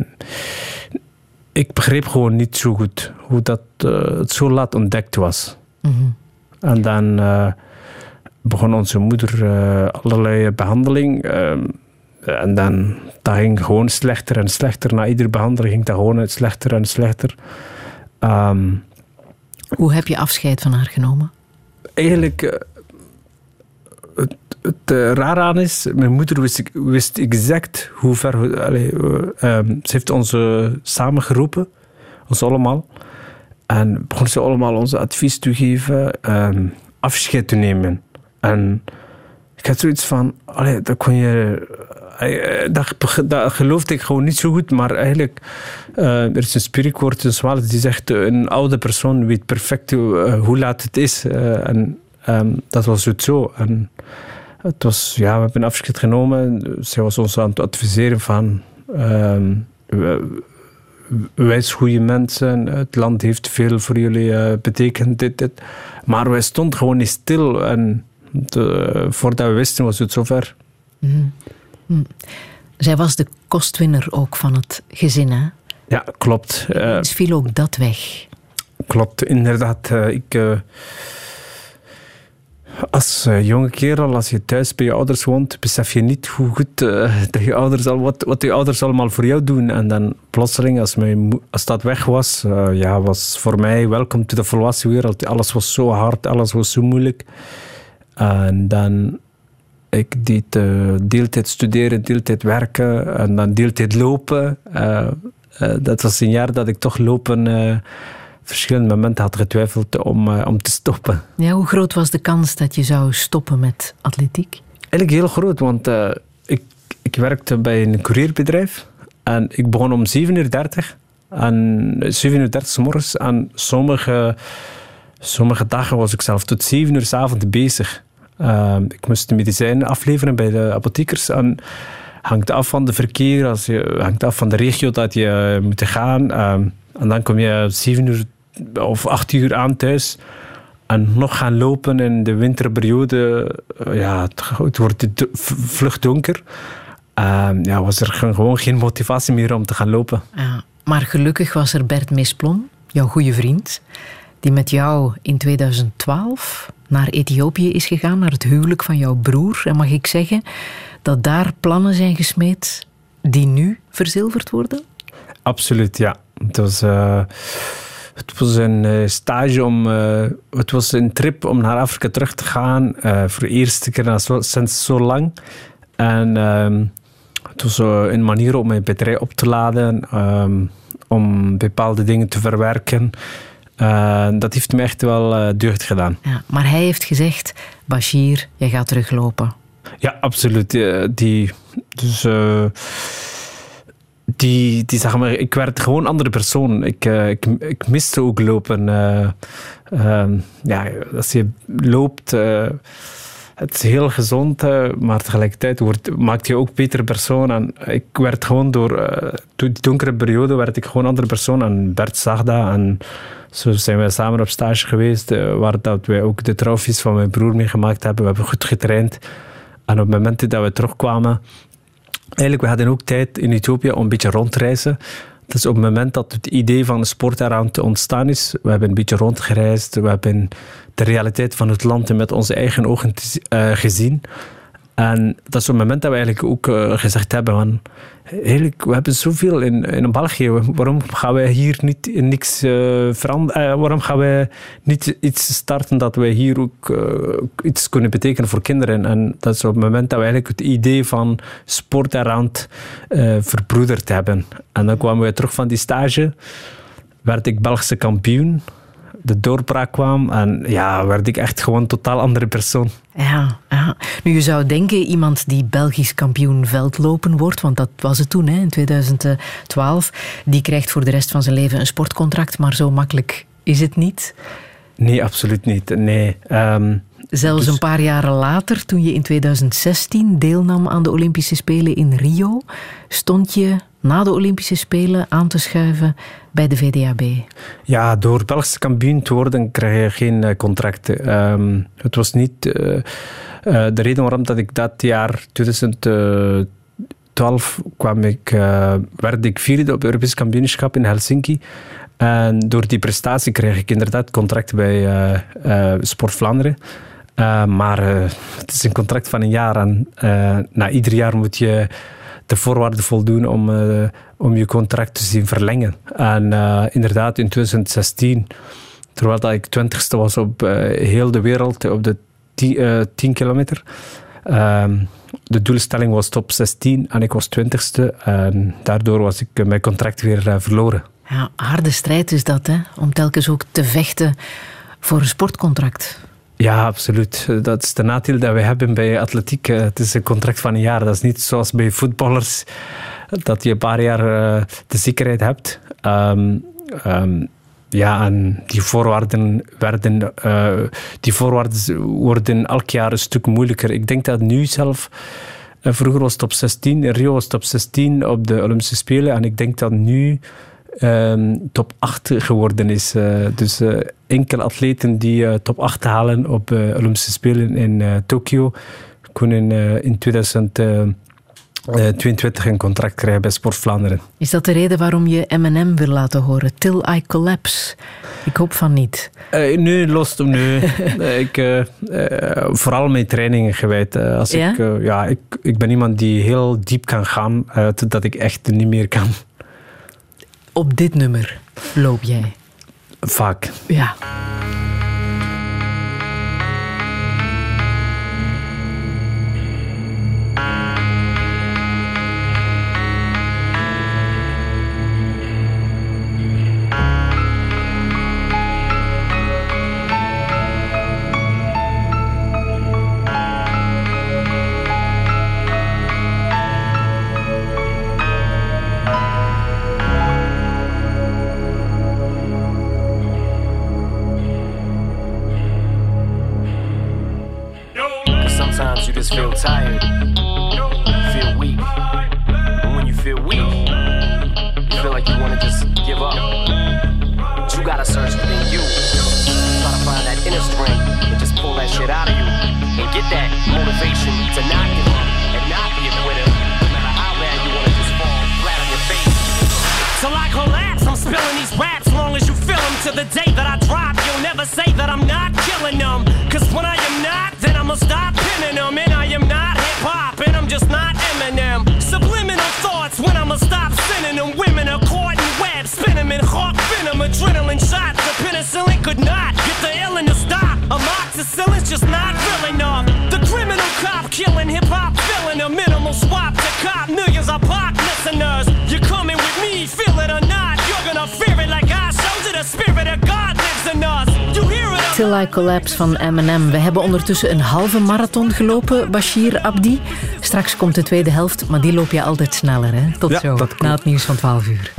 ik begreep gewoon niet zo goed hoe dat het zo laat ontdekt was. Mm-hmm. En dan begon onze moeder allerlei behandeling. En dan dat ging gewoon slechter en slechter. Na iedere behandeling ging dat gewoon slechter en slechter. Hoe heb je afscheid van haar genomen? Eigenlijk, het raar aan is, mijn moeder wist exact hoe ver... ze heeft ons samengeroepen, ons allemaal. En begon ze allemaal ons advies te geven, afscheid te nemen. En ik had zoiets van, dat kon je... Dat geloofde ik gewoon niet zo goed, maar eigenlijk er is een spreekwoord in Zwalen die zegt, een oude persoon weet perfect hoe laat het is. En dat was het zo. En het was, ja, we hebben afscheid genomen. Zij was ons aan het adviseren van, wij zijn goede mensen, het land heeft veel voor jullie betekend, dit. Maar wij stonden gewoon niet stil en voordat we wisten was het zover. Mm. Zij was de kostwinner ook van het gezin, hè? Ja, klopt. Dus viel ook dat weg? Klopt, inderdaad. Als jonge kerel, als je thuis bij je ouders woont, besef je niet hoe goed dat je ouders wat je ouders allemaal voor jou doen. En dan plotseling, als dat weg was, was voor mij welkom to de volwassen wereld. Alles was zo hard, alles was zo moeilijk. En dan... Ik deed deeltijd studeren, deeltijd werken en dan deeltijd lopen. Dat was een jaar dat ik toch lopen verschillende momenten had getwijfeld om te stoppen. Ja, hoe groot was de kans dat je zou stoppen met atletiek? Eigenlijk heel groot, want ik werkte bij een courierbedrijf en ik begon om 7:30 en 7:30 's morgens en sommige dagen was ik zelf tot 7 uur 's avonds bezig. Ik moest de medicijnen afleveren bij de apothekers. En hangt af van de verkeer, hangt af van de regio dat je moet gaan. En dan kom je 7 uur of 8 uur aan thuis. En nog gaan lopen in de winterperiode. Het wordt vlug donker. Was er gewoon geen motivatie meer om te gaan lopen. Ja, maar gelukkig was er Bert Mesplon, jouw goede vriend, die met jou in 2012 naar Ethiopië is gegaan, naar het huwelijk van jouw broer. En mag ik zeggen dat daar plannen zijn gesmeed die nu verzilverd worden? Absoluut, ja. Het was een stage het was een trip om naar Afrika terug te gaan. Voor de eerste keer sinds zo lang. En het was een manier om mijn batterij op te laden, om bepaalde dingen te verwerken. Dat heeft me echt wel deugd gedaan. Ja, maar hij heeft gezegd, Bashir, jij gaat teruglopen. Ja, absoluut. Zeg maar, ik werd gewoon een andere persoon. Ik miste ook lopen. Als je loopt, het is heel gezond, maar tegelijkertijd maakt je ook betere persoon. En ik werd gewoon door die donkere periode werd ik gewoon een andere persoon. En Bert zag dat en zo zijn wij samen op stage geweest, waar dat wij ook de trofies van mijn broer meegemaakt hebben. We hebben goed getraind. En op het moment dat we terugkwamen, eigenlijk, we hadden ook tijd in Ethiopië om een beetje rondreizen. Dus op het moment dat het idee van de sport eraan te ontstaan is, we hebben een beetje rondgereisd, we hebben de realiteit van het land met onze eigen ogen gezien. En dat is op het moment dat we eigenlijk ook gezegd hebben van, eigenlijk, we hebben zoveel in België. Waarom gaan wij hier niet niks veranderen? Waarom gaan wij niet iets starten dat wij hier ook iets kunnen betekenen voor kinderen? En dat is op het moment dat we eigenlijk het idee van sport eraan verbroederd hebben. En dan kwamen we terug van die stage, werd ik Belgische kampioen. De doorbraak kwam en ja, werd ik echt gewoon een totaal andere persoon. Ja. Nu, je zou denken, iemand die Belgisch kampioen veldlopen wordt, want dat was het toen, in 2012, die krijgt voor de rest van zijn leven een sportcontract, maar zo makkelijk is het niet. Nee, absoluut niet. Nee. Zelfs een paar jaren later, toen je in 2016 deelnam aan de Olympische Spelen in Rio, stond je na de Olympische Spelen aan te schuiven bij de VDAB. Ja, door Belgische kampioen te worden krijg je geen contract. Het was niet de reden waarom dat ik dat jaar 2012 werd ik vierde op het Europees kampioenschap in Helsinki. En door die prestatie kreeg ik inderdaad contract bij Sport Vlaanderen. Maar het is een contract van een jaar en na ieder jaar moet je de voorwaarden voldoen om je contract te zien verlengen. En inderdaad, in 2016, terwijl dat ik 20ste was op heel de wereld, op de 10 kilometer, de doelstelling was top 16 en ik was 20ste. En daardoor was ik mijn contract weer verloren. Ja, harde strijd is dat, hè? Om telkens ook te vechten voor een sportcontract. Ja, absoluut. Dat is de nadeel dat we hebben bij atletiek. Het is een contract van een jaar. Dat is niet zoals bij voetballers, dat je een paar jaar de zekerheid hebt. Ja, en die voorwaarden worden elk jaar een stuk moeilijker. Ik denk dat nu zelf, vroeger was het top 16, in Rio was het top 16 op de Olympische Spelen. En ik denk dat nu top 8 geworden is. Dus enkele atleten die top 8 halen op Olympische Spelen in Tokio kunnen in 2022 een contract krijgen bij Sport Vlaanderen. Is dat de reden waarom je M&M wil laten horen? Till I Collapse? Ik hoop van niet. Nee, vooral mijn trainingen gewijd. Ik ben iemand die heel diep kan gaan, dat ik echt niet meer kan. Op dit nummer loop jij? Vaak. Ja. Just feel tired, feel weak, and when you feel weak, you feel like you want to just give up. But you gotta search within you, try to find that inner strength and just pull that shit out of you and get that motivation to not give up and not be a quitter, no matter how bad you want to just fall flat on your face. Till I collapse, I'm spilling these raps long as you feel them. To the day that I drop, you'll never say that I'm not killing them. Cause when I am not, then I'ma stop pinning them. And I am not hip-hop, and I'm just not Eminem. Subliminal thoughts when I'ma stop sending them. Women are caught in webs, spin them in hawk venom. Adrenaline shots, the penicillin could not get the illin to stop. Amoxicillin's just not real enough. The criminal cop killing hip-hop, filling a minimal swap to cop. Millions of pop listeners, you're coming with me, feel it or not. You're gonna fear it like I showed you. The spirit of God lives in us. You hear it. Till I Collapse van M&M. We hebben ondertussen een halve marathon gelopen, Bashir Abdi. Straks komt de tweede helft, maar die loop je altijd sneller, hè? Tot zo, na het nieuws van 12 uur.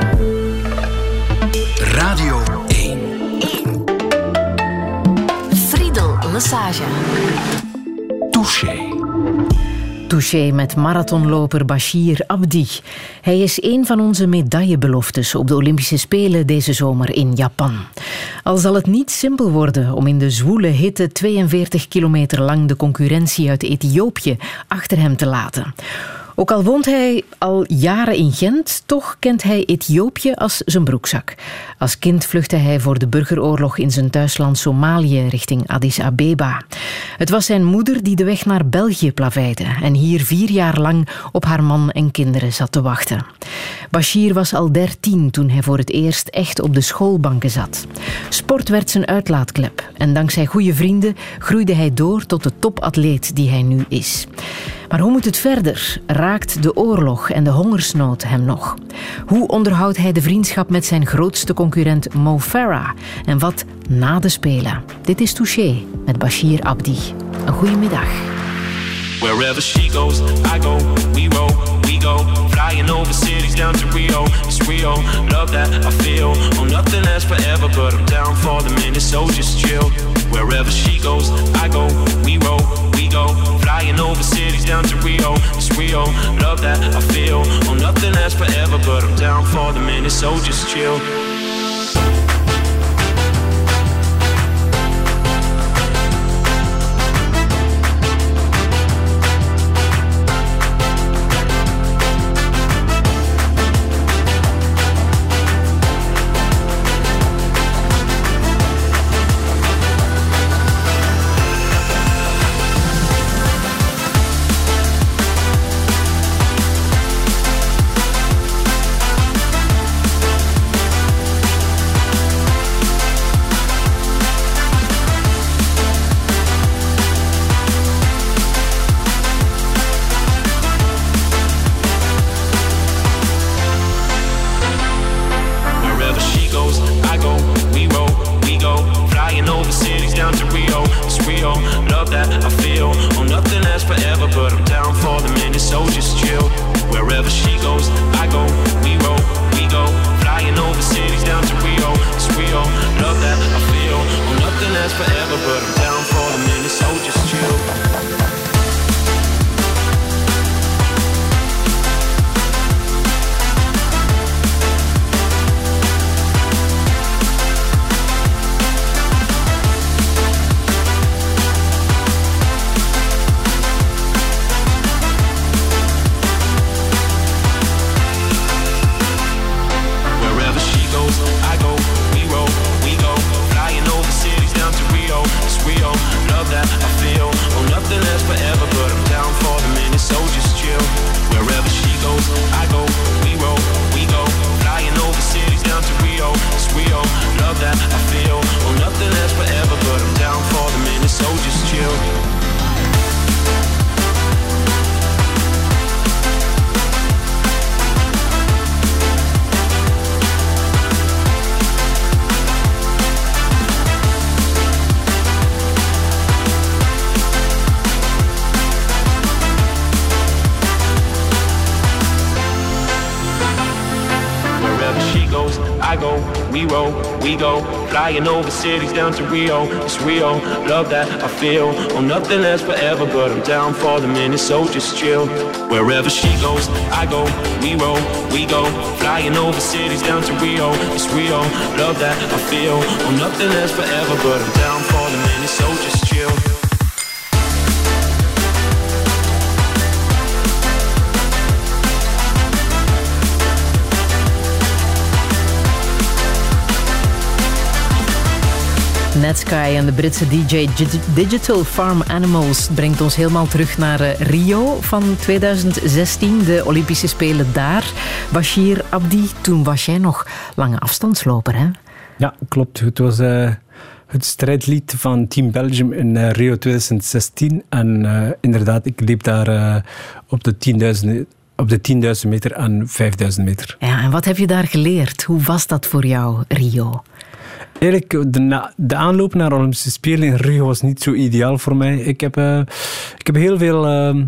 Radio 1. Friedel Lesage. Touché. Touché met marathonloper Bashir Abdi. Hij is een van onze medaillebeloftes op de Olympische Spelen deze zomer in Japan. Al zal het niet simpel worden om in de zwoele hitte 42 kilometer lang de concurrentie uit Ethiopië achter hem te laten. Ook al woont hij al jaren in Gent, toch kent hij Ethiopië als zijn broekzak. Als kind vluchtte hij voor de burgeroorlog in zijn thuisland Somalië richting Addis Abeba. Het was zijn moeder die de weg naar België plaveide en hier 4 jaar lang op haar man en kinderen zat te wachten. Bashir was al 13 toen hij voor het eerst echt op de schoolbanken zat. Sport werd zijn uitlaatklep en dankzij goede vrienden groeide hij door tot de topatleet die hij nu is. Maar hoe moet het verder? Raakt de oorlog en de hongersnood hem nog? Hoe onderhoudt hij de vriendschap met zijn grootste concurrent Mo Farah? En wat na de Spelen? Dit is Touché met Bashir Abdi. Een goede middag. Wherever she goes, I go, we roll, we go. Flying over cities down to Rio, it's Rio. Love that I feel, oh nothing lasts forever, but I'm down for the minute, so just chill. Wherever she goes, I go, we roll, we go. Flying over cities down to Rio, it's Rio. Love that I feel, oh nothing lasts forever, but I'm down for the minute, so just chill. Flying over cities down to Rio, it's Rio. Love that I feel, oh nothing lasts forever, but I'm down for the minute, so just chill. Wherever she goes, I go, we roll, we go. Flying over cities down to Rio, it's Rio. Love that I feel, oh nothing lasts forever, but I'm down for the minute, so just chill. Netsky en de Britse DJ Digital Farm Animals brengt ons helemaal terug naar Rio van 2016, de Olympische Spelen daar. Bashir Abdi, toen was jij nog lange afstandsloper, hè? Ja, klopt. Het was het strijdlied van Team Belgium in Rio 2016. En inderdaad, ik liep daar op de 10.000 meter en 5.000 meter. Ja, en wat heb je daar geleerd? Hoe was dat voor jou, Rio? Eigenlijk, de aanloop naar de Olympische Spelen in Rio was niet zo ideaal voor mij. Ik heb heel veel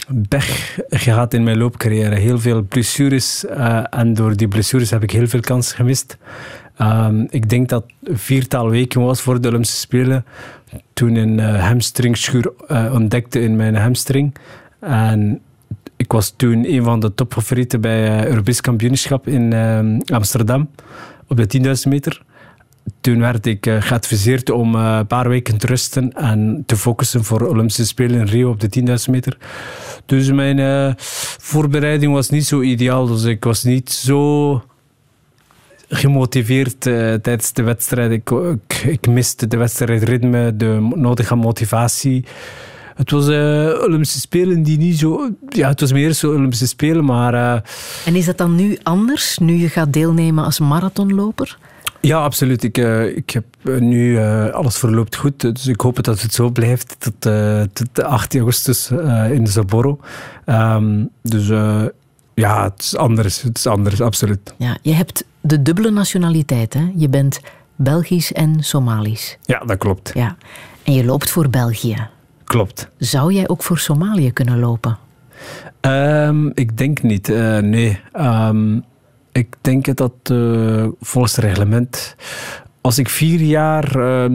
weg gehad in mijn loopcarrière. Heel veel blessures. En door die blessures heb ik heel veel kansen gemist. Ik denk dat 4 weken was voor de Olympische Spelen. Toen een hamstringschuur ontdekte in mijn hamstring. En ik was toen een van de topfavorieten bij Europees kampioenschap in Amsterdam. Op de 10.000 meter. Toen werd ik geadviseerd om een paar weken te rusten en te focussen voor Olympische Spelen in Rio op de 10.000 meter. Dus mijn voorbereiding was niet zo ideaal. Dus ik was niet zo gemotiveerd tijdens de wedstrijd. Ik miste de wedstrijdritme, de nodige motivatie. Het was Olympische Spelen die niet zo... Ja, het was meer zo Olympische Spelen, maar... En is dat dan nu anders, nu je gaat deelnemen als marathonloper? Ja, absoluut. Ik heb nu... alles verloopt goed, dus ik hoop dat het zo blijft tot 8 augustus in de Sapporo. Dus ja, het is anders, absoluut. Ja, je hebt de dubbele nationaliteit, hè? Je bent Belgisch en Somalisch. Ja, dat klopt. Ja. En je loopt voor België. Klopt. Zou jij ook voor Somalië kunnen lopen? Ik denk niet, nee. Ik denk dat volgens het reglement, als ik 4 jaar,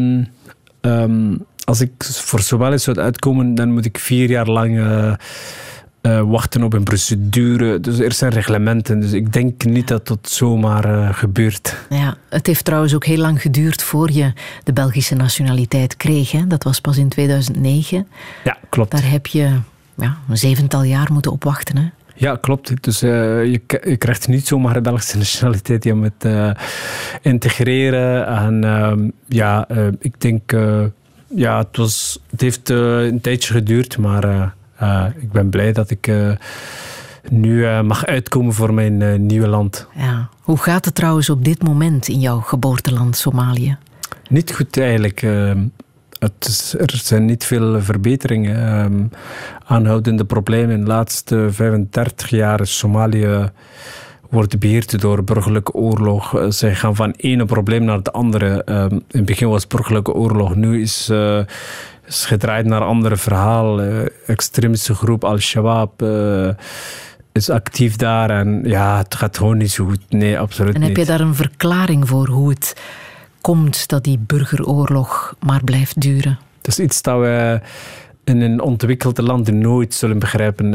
als ik voor Somalië zou uitkomen, dan moet ik 4 jaar lang wachten op een procedure. Dus er zijn reglementen, dus ik denk niet dat dat zomaar gebeurt. Ja, het heeft trouwens ook heel lang geduurd voor je de Belgische nationaliteit kreeg. Hè? Dat was pas in 2009. Ja, klopt. Daar heb je een 7-tal jaar moeten op wachten, hè? Ja, klopt. Dus je krijgt niet zomaar de Belgische nationaliteit. Je moet integreren. En ik denk... het heeft een tijdje geduurd, maar ik ben blij dat ik nu mag uitkomen voor mijn nieuwe land. Ja. Hoe gaat het trouwens op dit moment in jouw geboorteland Somalië? Niet goed eigenlijk. Er zijn niet veel verbeteringen. Aanhoudende problemen. In de laatste 35 jaar is Somalië wordt beheerd door burgerlijke oorlog. Zij gaan van ene probleem naar het andere. In het begin was burgerlijke oorlog. Nu is gedraaid naar een andere verhaal. Extremistische groep Al-Shabaab is actief daar. En ja, het gaat gewoon niet zo goed. Nee, absoluut niet. En heb je daar een verklaring voor hoe het komt dat die burgeroorlog maar blijft duren? Dat is iets dat we in een ontwikkelde land nooit zullen begrijpen.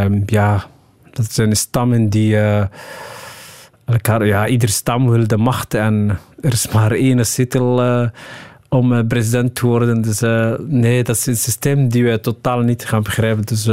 Dat zijn stammen die elkaar... Ja, ieder stam wil de macht en er is maar 1 zetel om president te worden. Dus nee, dat is een systeem die wij totaal niet gaan begrijpen. Dus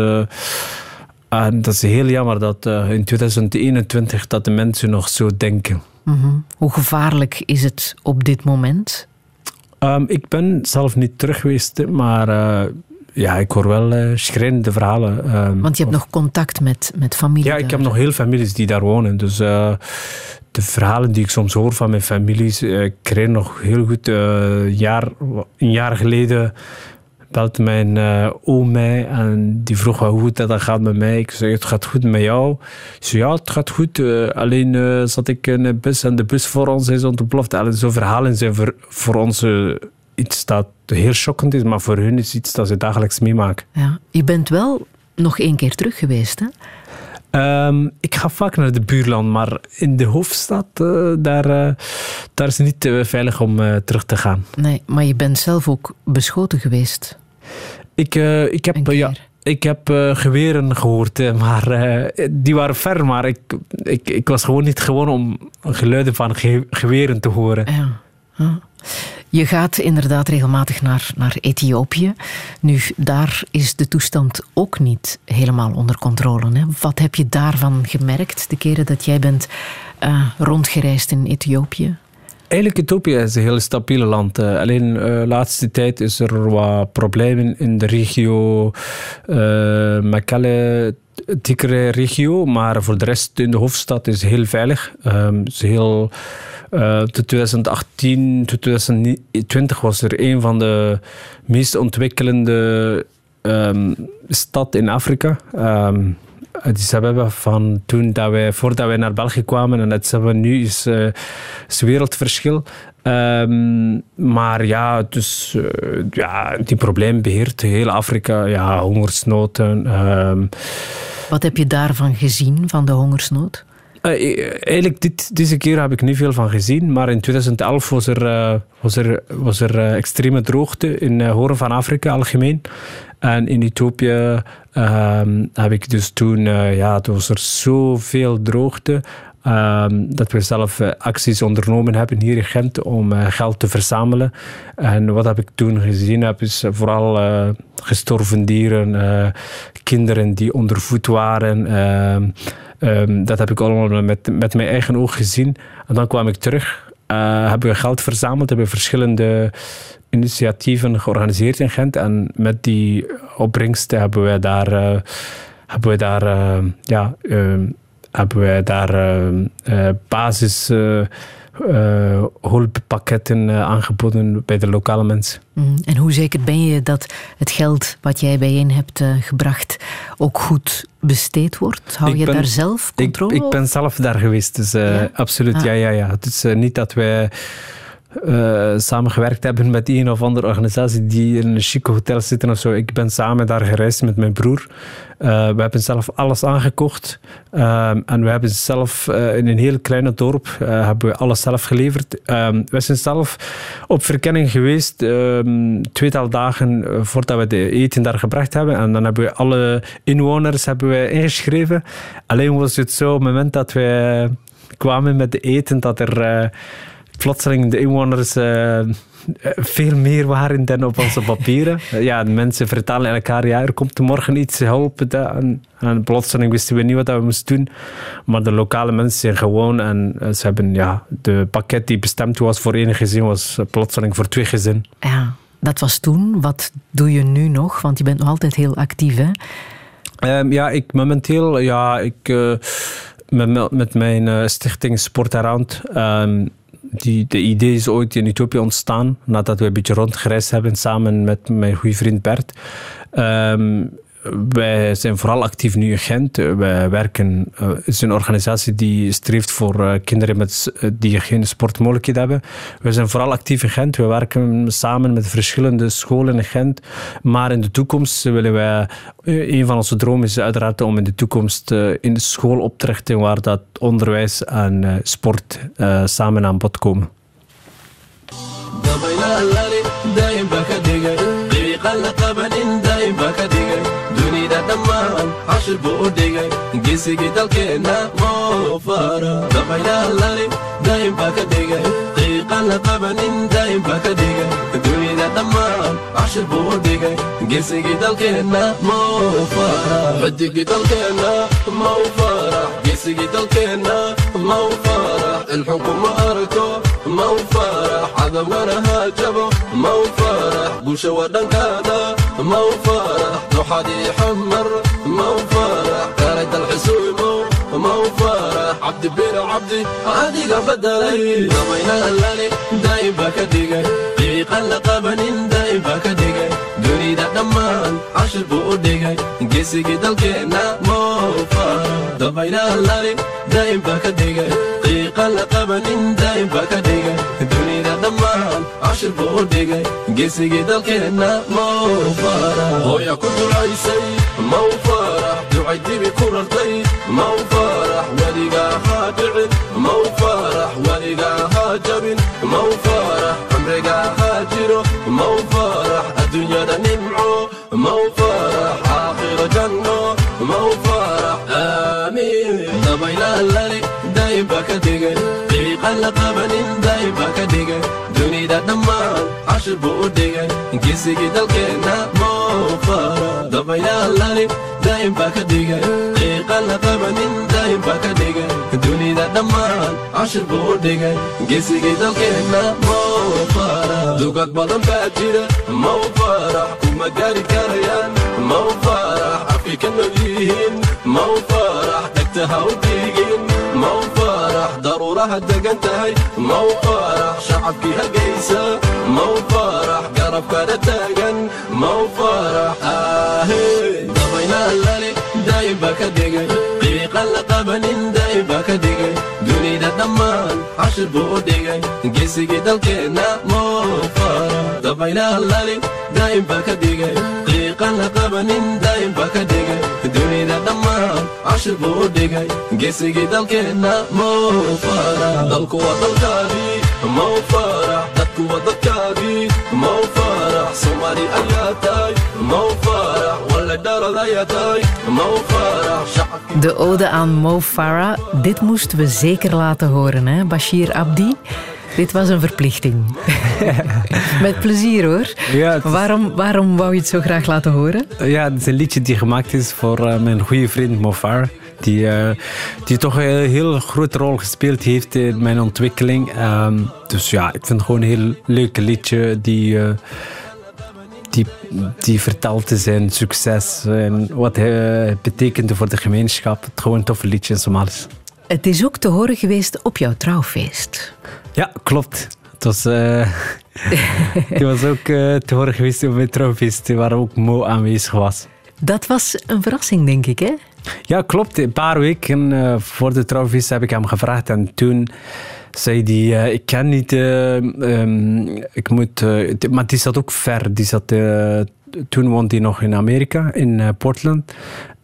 en dat is heel jammer dat in 2021 dat de mensen nog zo denken. Mm-hmm. Hoe gevaarlijk is het op dit moment? Ik ben zelf niet terug geweest, maar ik hoor wel schrijnende verhalen. Want je hebt nog contact met familie? Ja, ik heb nog heel families die daar wonen. Dus de verhalen die ik soms hoor van mijn families, ik kreeg nog heel goed. Een jaar geleden belde mijn oom mij en die vroeg hoe goed dat gaat met mij. Ik zei, het gaat goed met jou. Ik zei, ja, het gaat goed. Alleen zat ik in een bus en de bus voor ons is ontploft. Zo'n verhalen zijn voor ons iets dat heel schokkend is, maar voor hun is iets dat ze dagelijks meemaken. Ja. Je bent wel nog 1 keer terug geweest, hè? Ik ga vaak naar de buurland, maar in de hoofdstad, daar is het niet veilig om terug te gaan. Nee, maar je bent zelf ook beschoten geweest. Ik heb geweren gehoord, maar die waren ver, maar ik was gewoon niet gewoon om geluiden van geweren te horen. Ja. Je gaat inderdaad regelmatig naar Ethiopië. Nu, daar is de toestand ook niet helemaal onder controle. Hè? Wat heb je daarvan gemerkt de keren dat jij bent rondgereisd in Ethiopië? Eigenlijk Ethiopië is een heel stabiel land. Alleen de laatste tijd is er wat problemen in de regio Mekelle, Tigray-regio. Maar voor de rest in de hoofdstad is heel veilig. Is heel... 2018, 2020 was er een van de meest ontwikkelende stad in Afrika. Addis Abeba van voordat wij naar België kwamen en Addis Abeba nu is wereldverschil. Maar ja, dus die probleem beheert heel Afrika. Ja, hongersnood. Wat heb je daarvan gezien, van de hongersnood? Eigenlijk deze keer heb ik niet veel van gezien, maar in 2011 was er extreme droogte in Hoorn van Afrika algemeen. En in Ethiopië heb ik dus toen, toen was er zoveel droogte, dat we zelf acties ondernomen hebben hier in Gent om geld te verzamelen. En wat heb ik toen gezien is vooral gestorven dieren, kinderen die onder voet waren. Dat heb ik allemaal met mijn eigen oog gezien. En dan kwam ik terug. Hebben we geld verzameld. Hebben we verschillende initiatieven georganiseerd in Gent. En met die opbrengsten hebben we daar basis hulppakketten aangeboden bij de lokale mensen. En hoe zeker ben je dat het geld wat jij bijeen hebt gebracht ook goed besteed wordt? Hou je daar zelf controle over? Ik ben zelf daar geweest, dus absoluut. Ja. Het is niet dat wij samengewerkt hebben met een of andere organisatie die in een chique hotel zitten of zo. Ik ben samen daar gereisd met mijn broer. We hebben zelf alles aangekocht. En we hebben zelf in een heel kleine dorp hebben we alles zelf geleverd. We zijn zelf op verkenning geweest 2 dagen voordat we de eten daar gebracht hebben. En dan hebben we alle inwoners ingeschreven. Alleen was het zo, op het moment dat we kwamen met de eten, dat er plotseling de inwoners veel meer waren dan op onze papieren. Ja, de mensen vertalen elkaar, er komt morgen iets helpen. En plotseling wisten we niet wat we moesten doen. Maar de lokale mensen zijn gewoon en ze hebben de pakket die bestemd was voor 1 gezin, was plotseling voor 2 gezinnen. Ja, dat was toen. Wat doe je nu nog? Want je bent nog altijd heel actief, hè? Met mijn stichting Sport Around. De idee is ooit in Ethiopië ontstaan, nadat we een beetje rondgereisd hebben samen met mijn goede vriend Bert. Wij zijn vooral actief nu in Gent. Wij werken, het is een organisatie die streeft voor kinderen die geen sportmogelijkheden hebben. We zijn vooral actief in Gent. We werken samen met verschillende scholen in Gent. Maar in de toekomst willen wij, een van onze dromen is uiteraard om in de toekomst in de school op te richten waar dat onderwijs en sport samen aan bod komen. دمان عشر بوديجي جيسي جدال كنا موفارا دبينا لالي دايم باكديجي قيقنا قبنين دايم باكديجي دنيا دمان عشر بوديجي جيسي جدال كنا موفارا بدي جدال كنا موفارا جيسي جدال كنا موفارا الحكم أركو موفارا عدم وانا هاجبو موفارا قوش ودن كذا موفارا حادي حمر موفارح كانت الحسوم موفارح عبدي بين عبدي عادي قبدلي ضمينا اللالي دايم باكديقي في قلق بنين دايم باكديقي دوني دا دمان 10 بوديقي قيسي قدل كينا موفارح ضمينا اللالي دايم باكديقي في قلق بنين دايم باكديقي دوني دا دمان 10 بوديقي قيسي قدل كينا موفارح ويا كنت رئيسي موفارح دعيتي بكررتي موفارح ولقى خادع موفارح ولقى هاجب موفارح عمرقى هاجر موفارح الدنيا دا نمعو موفارح آخر جنة موفارح آمين دبينا اللالي دايم باكديقي في قلق بنين دايم باكديقي دوني دا دمان 10 بوديقي قيسي قدل كينا موفارح دبينا اللالي دايم باكديقي في قلق بنين دايم باكديقي دوني دا دمان 10 بوديقي قيسي قدل كينا موفارح دوقات بضم باجيرة موفارح كوما قاري كاريان موفارح عفيك النبيين موفارح دكتها وديقين موفارح ضرورة دقنتهي موفارح شعبك هقيسة موفارح قرب كده تاقن موفارح آهي ضبينا اللالي دايم دايم بكدقي طريقا لقبن دايم بكدقي دوني دا دمان عشر بودقي قيسي قدل كينا موفارا دبايلا اللالي دايم بكدقي طريقا لقبن دايم بكدقي دوني دا دمان عشر بودقي قيسي قدل كينا موفارا دلكو ودلكاري موفارا دكو ودلكاري موفارا سومالي اياتاي موفارا ولا دار اياتاي موفارا. De ode aan Mo Farah. Dit moesten we zeker laten horen, hè, Bashir Abdi. Dit was een verplichting. Met plezier, hoor. Ja, waarom wou je het zo graag laten horen? Ja, het is een liedje die gemaakt is voor mijn goede vriend Mo Farah. Die toch een heel grote rol gespeeld heeft in mijn ontwikkeling. Dus ja, ik vind het gewoon een heel leuk liedje die vertelt zijn succes en wat hij betekende voor de gemeenschap. Het gewoon een toffe liedje in Somalisch. Het is ook te horen geweest op jouw trouwfeest. Ja, klopt. Die was ook te horen geweest op mijn trouwfeest, waar ook Mo aanwezig was. Dat was een verrassing, denk ik, hè? Ja, klopt. Een paar weken voor de trouwfeest heb ik hem gevraagd. En toen zei hij, ik kan niet... ik moet... maar die zat ook ver. Toen woonde hij nog in Amerika, in Portland.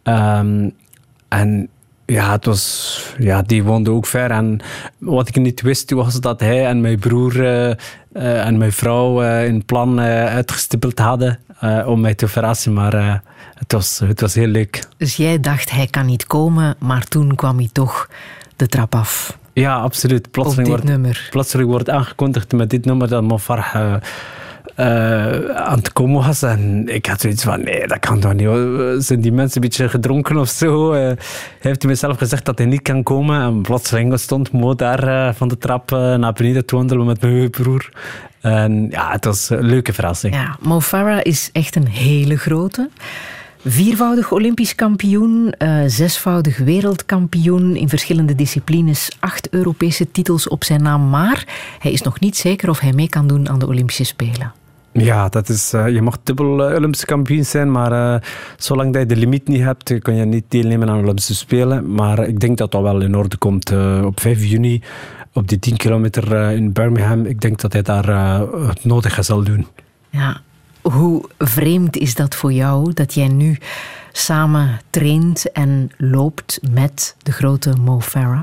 En ja, die woonde ook ver. En wat ik niet wist, was dat hij en mijn broer en mijn vrouw een plan uitgestippeld hadden om mij te verrassen. Maar het was heel leuk. Dus jij dacht, hij kan niet komen, maar toen kwam hij toch de trap af. Ja, absoluut. Plotseling wordt aangekondigd met dit nummer dat Mo Farah aan het komen was. En ik had zoiets van, nee, dat kan toch niet. Zijn die mensen een beetje gedronken of zo? Hij heeft mezelf gezegd dat hij niet kan komen. En plotseling stond Mo daar van de trap naar beneden te wandelen met mijn broer. En ja, het was een leuke verrassing. Ja, Mo Farah is echt een hele grote. 4-voudig Olympisch kampioen, 6-voudig wereldkampioen in verschillende disciplines, 8 Europese titels op zijn naam. Maar hij is nog niet zeker of hij mee kan doen aan de Olympische Spelen. Ja, dat is, je mag dubbel Olympisch kampioen zijn, maar zolang dat je de limiet niet hebt, kun je niet deelnemen aan de Olympische Spelen. Maar ik denk dat dat wel in orde komt. Op 5 juni, op die 10 kilometer in Birmingham, ik denk dat hij daar het nodige zal doen. Ja. Hoe vreemd is dat voor jou, dat jij nu samen traint en loopt met de grote Mo Farah?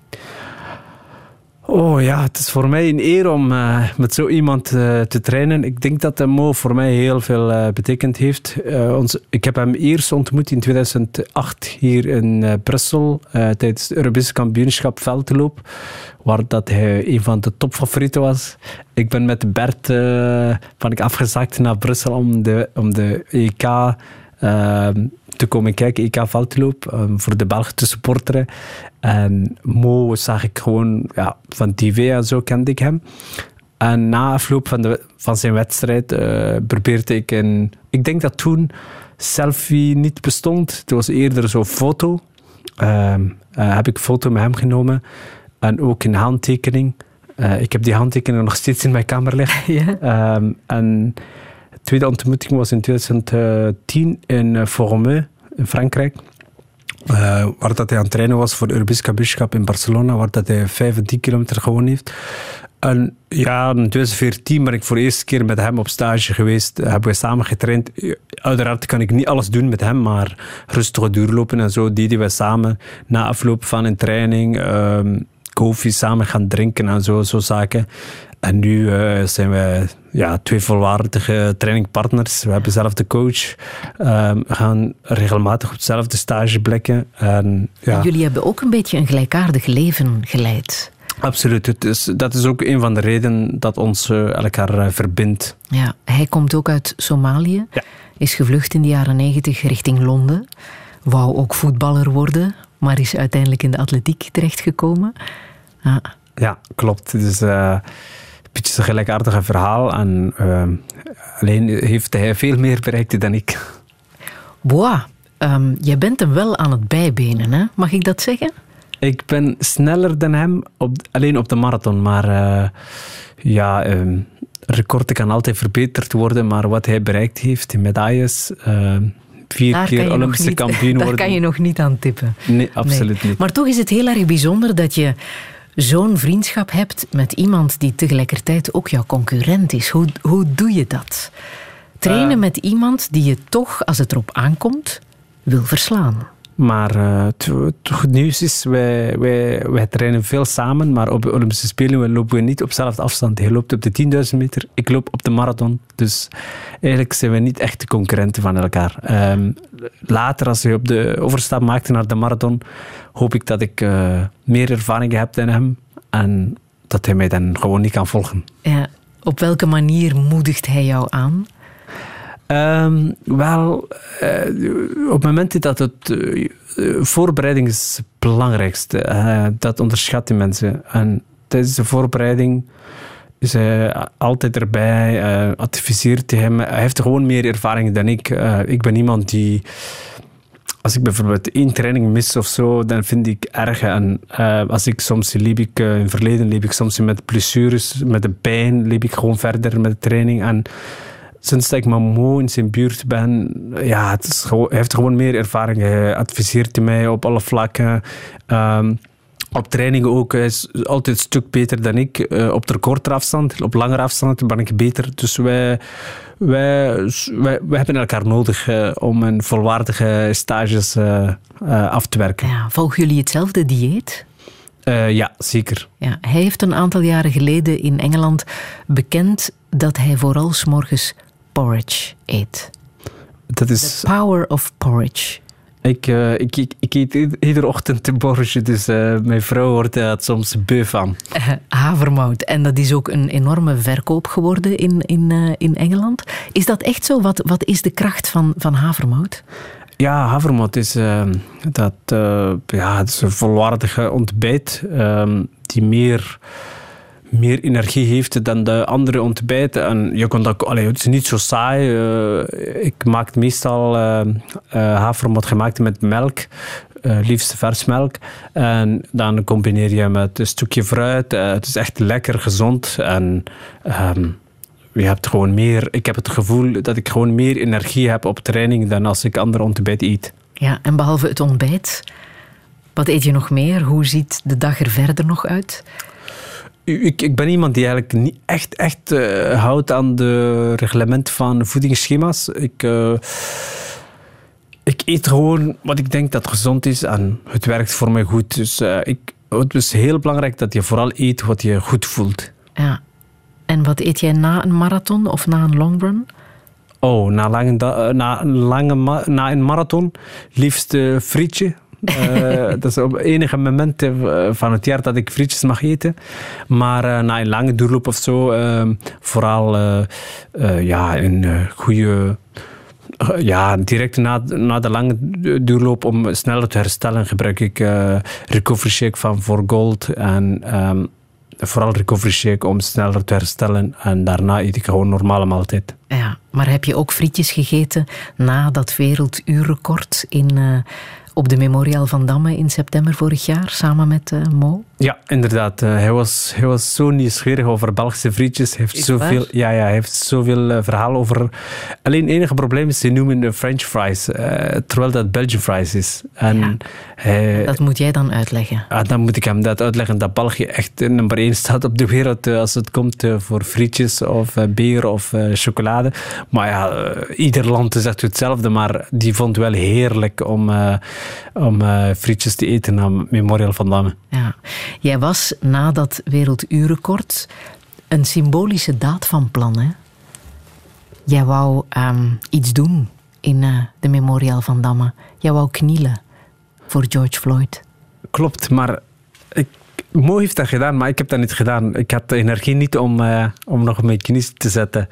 Oh ja, het is voor mij een eer om met zo iemand te trainen. Ik denk dat Mo voor mij heel veel betekend heeft. Ik heb hem eerst ontmoet in 2008 hier in Brussel tijdens het Europese kampioenschap veldloop, waar dat hij een van de topfavorieten was. Ik ben met Bert afgezakt naar Brussel om de EK te komen kijken, EK veldloop, voor de Belgen te supporteren. En Mo zag ik gewoon van tv en zo kende ik hem. En na afloop van zijn wedstrijd probeerde ik ik denk dat toen selfie niet bestond. Het was eerder zo'n foto. Heb ik een foto met hem genomen. En ook een handtekening. Ik heb die handtekening nog steeds in mijn kamer liggen. Ja. En de tweede ontmoeting was in 2010 in Formeux in Frankrijk. Waar dat hij aan het trainen was voor het Europees kampioenschap in Barcelona, waar dat hij 5 en 10 kilometer gewonnen heeft. En ja, in 2014 ben ik voor de eerste keer met hem op stage geweest. Hebben we samen getraind. Uiteraard kan ik niet alles doen met hem, maar rustig duurlopen en zo deden we samen. Na afloop van een training, koffie samen gaan drinken en zo zaken. En nu zijn wij 2 volwaardige trainingpartners. We hebben dezelfde coach. We gaan regelmatig op hetzelfde stageblikken. En jullie hebben ook een beetje een gelijkaardig leven geleid. Absoluut. Dat is ook een van de redenen dat ons elkaar verbindt. Ja, hij komt ook uit Somalië. Ja. Is gevlucht in de jaren 90 richting Londen. Wou ook voetballer worden, maar is uiteindelijk in de atletiek terechtgekomen. Ja, klopt. Dus een beetje een gelijkaardig verhaal. En alleen heeft hij veel meer bereikt dan ik. Boah, jij bent hem wel aan het bijbenen, hè? Mag ik dat zeggen? Ik ben sneller dan hem, alleen op de marathon. Maar record kan altijd verbeterd worden. Maar wat hij bereikt heeft, de medailles, 4 keer Olympische kampioen worden. Daar kan je nog niet aan tippen. Nee, absoluut niet. Maar toch is het heel erg bijzonder dat je zo'n vriendschap hebt met iemand die tegelijkertijd ook jouw concurrent is. Hoe doe je dat? Trainen met iemand die je toch, als het erop aankomt, wil verslaan. Maar het goed nieuws is, wij trainen veel samen, maar op de Olympische Spelen lopen we niet op dezelfde afstand. Hij loopt op de 10.000 meter, ik loop op de marathon. Dus eigenlijk zijn we niet echt de concurrenten van elkaar. Later, als hij op de overstap maakte naar de marathon, hoop ik dat ik meer ervaring heb dan hem en dat hij mij dan gewoon niet kan volgen. Ja, op welke manier moedigt hij jou aan? Op momenten dat het voorbereiding is het belangrijkste. Dat onderschatten mensen. En tijdens de voorbereiding is hij altijd erbij, adviseert hij hem. Hij heeft gewoon meer ervaring dan ik. Ik ben iemand die... Als ik bijvoorbeeld 1 training mis of zo, dan vind ik erg. En als ik soms in het verleden liep ik soms met blessures, met de pijn, liep ik gewoon verder met de training. En sinds dat ik met Mo in zijn buurt ben, ja, hij heeft gewoon meer ervaring. Hij adviseert mij op alle vlakken. Op trainingen ook. Hij is altijd een stuk beter dan ik. Op de kortere afstand, op langere afstand ben ik beter. Dus wij hebben elkaar nodig om een volwaardige stages af te werken. Ja, volgen jullie hetzelfde dieet? Ja, zeker. Ja, hij heeft een aantal jaren geleden in Engeland bekend dat hij vooral 's morgens porridge eet. Dat is... The power of porridge. Ik eet iedere ochtend een borreltje, dus mijn vrouw wordt er soms beu van. Havermout. En dat is ook een enorme verkoop geworden in Engeland. Is dat echt zo? Wat is de kracht van havermout? Ja, havermout is, het is een volwaardige ontbijt die meer energie heeft dan de andere ontbijten. En je kon dat, het is niet zo saai. Ik maak meestal havermout gemaakt met melk. Liefst versmelk. En dan combineer je met een stukje fruit. Het is echt lekker gezond. En je hebt gewoon meer... Ik heb het gevoel dat ik gewoon meer energie heb op training dan als ik andere ontbijt eet. Ja, en behalve het ontbijt, wat eet je nog meer? Hoe ziet de dag er verder nog uit? Ik ben iemand die eigenlijk niet echt houdt aan de reglement van voedingsschema's. Ik eet gewoon wat ik denk dat gezond is en het werkt voor mij goed. Dus het is heel belangrijk dat je vooral eet wat je goed voelt. Ja. En wat eet jij na een marathon of na een longrun? Oh, na een marathon liefst frietje. Dat is op enige momenten van het jaar dat ik frietjes mag eten. Maar na een lange doorloop of zo, vooral een goede... direct na de lange doorloop om sneller te herstellen gebruik ik Recovery Shake van For Gold. En vooral Recovery Shake om sneller te herstellen. En daarna eet ik gewoon normale maaltijd. Ja, maar heb je ook frietjes gegeten na dat werelduurrecord op de Memorial van Damme in september vorig jaar, samen met Mo? Ja, inderdaad. Hij was zo nieuwsgierig over Belgische frietjes. Hij heeft zoveel verhaal over... Alleen het enige probleem is, ze noemen de French fries, terwijl dat Belgian fries is. En dat moet jij dan uitleggen? Dan moet ik hem dat uitleggen, dat België echt nummer 1 staat op de wereld als het komt voor frietjes of bier of chocolade. Maar ja, ieder land zegt hetzelfde, maar die vond wel heerlijk om frietjes te eten aan Memorial van Damme. Ja. Jij was na dat werelduurrecord een symbolische daad van plan, hè? Jij wou iets doen in de Memorial van Damme. Jij wou knielen voor George Floyd. Klopt, maar Mo heeft dat gedaan, maar ik heb dat niet gedaan. Ik had de energie niet om nog mijn knieën te zetten.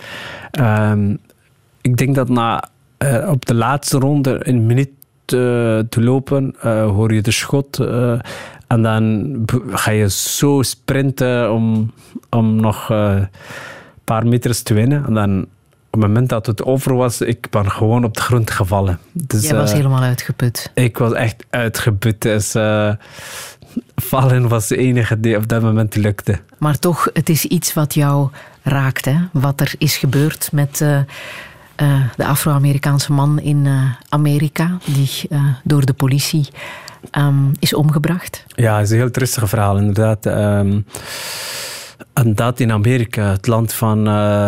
Ik denk dat op de laatste ronde een minuut te lopen, hoor je de schot en dan ga je zo sprinten om nog een paar meters te winnen. En dan op het moment dat het over was, ik ben gewoon op de grond gevallen. Dus, jij was helemaal uitgeput. Ik was echt uitgeput. Dus vallen was de enige die op dat moment lukte. Maar toch, het is iets wat jou raakt, hè? Wat er is gebeurd met de Afro-Amerikaanse man in Amerika die door de politie is omgebracht. Ja, het is een heel tristig verhaal, inderdaad. En dat in Amerika, het land van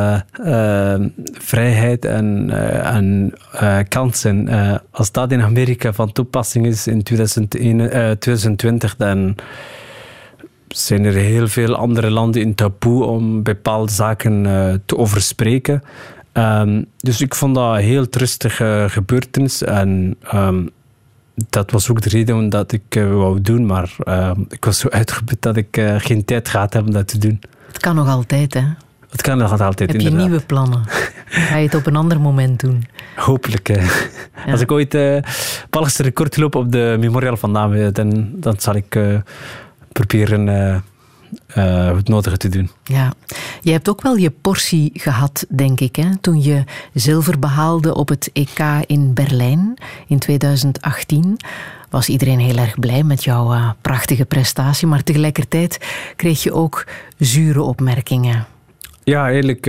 vrijheid en kansen. Als dat in Amerika van toepassing is in 2020, dan zijn er heel veel andere landen in taboe om bepaalde zaken te overspreken. Dus ik vond dat een heel tristige gebeurtenis. En dat was ook de reden dat ik wou doen. Maar ik was zo uitgeput dat ik geen tijd gehad heb om dat te doen. Het kan nog altijd, hè? Het kan nog altijd, heb je inderdaad. Nieuwe plannen? Ga je het op een ander moment doen? Hopelijk. Ja. Als ik ooit Belgisch record loop op de Memorial van Namen, dan zal ik proberen het nodige te doen. Ja. Je hebt ook wel je portie gehad, denk ik, hè? Toen je zilver behaalde op het EK in Berlijn in 2018... was iedereen heel erg blij met jouw prachtige prestatie, maar tegelijkertijd kreeg je ook zure opmerkingen. Ja, eigenlijk...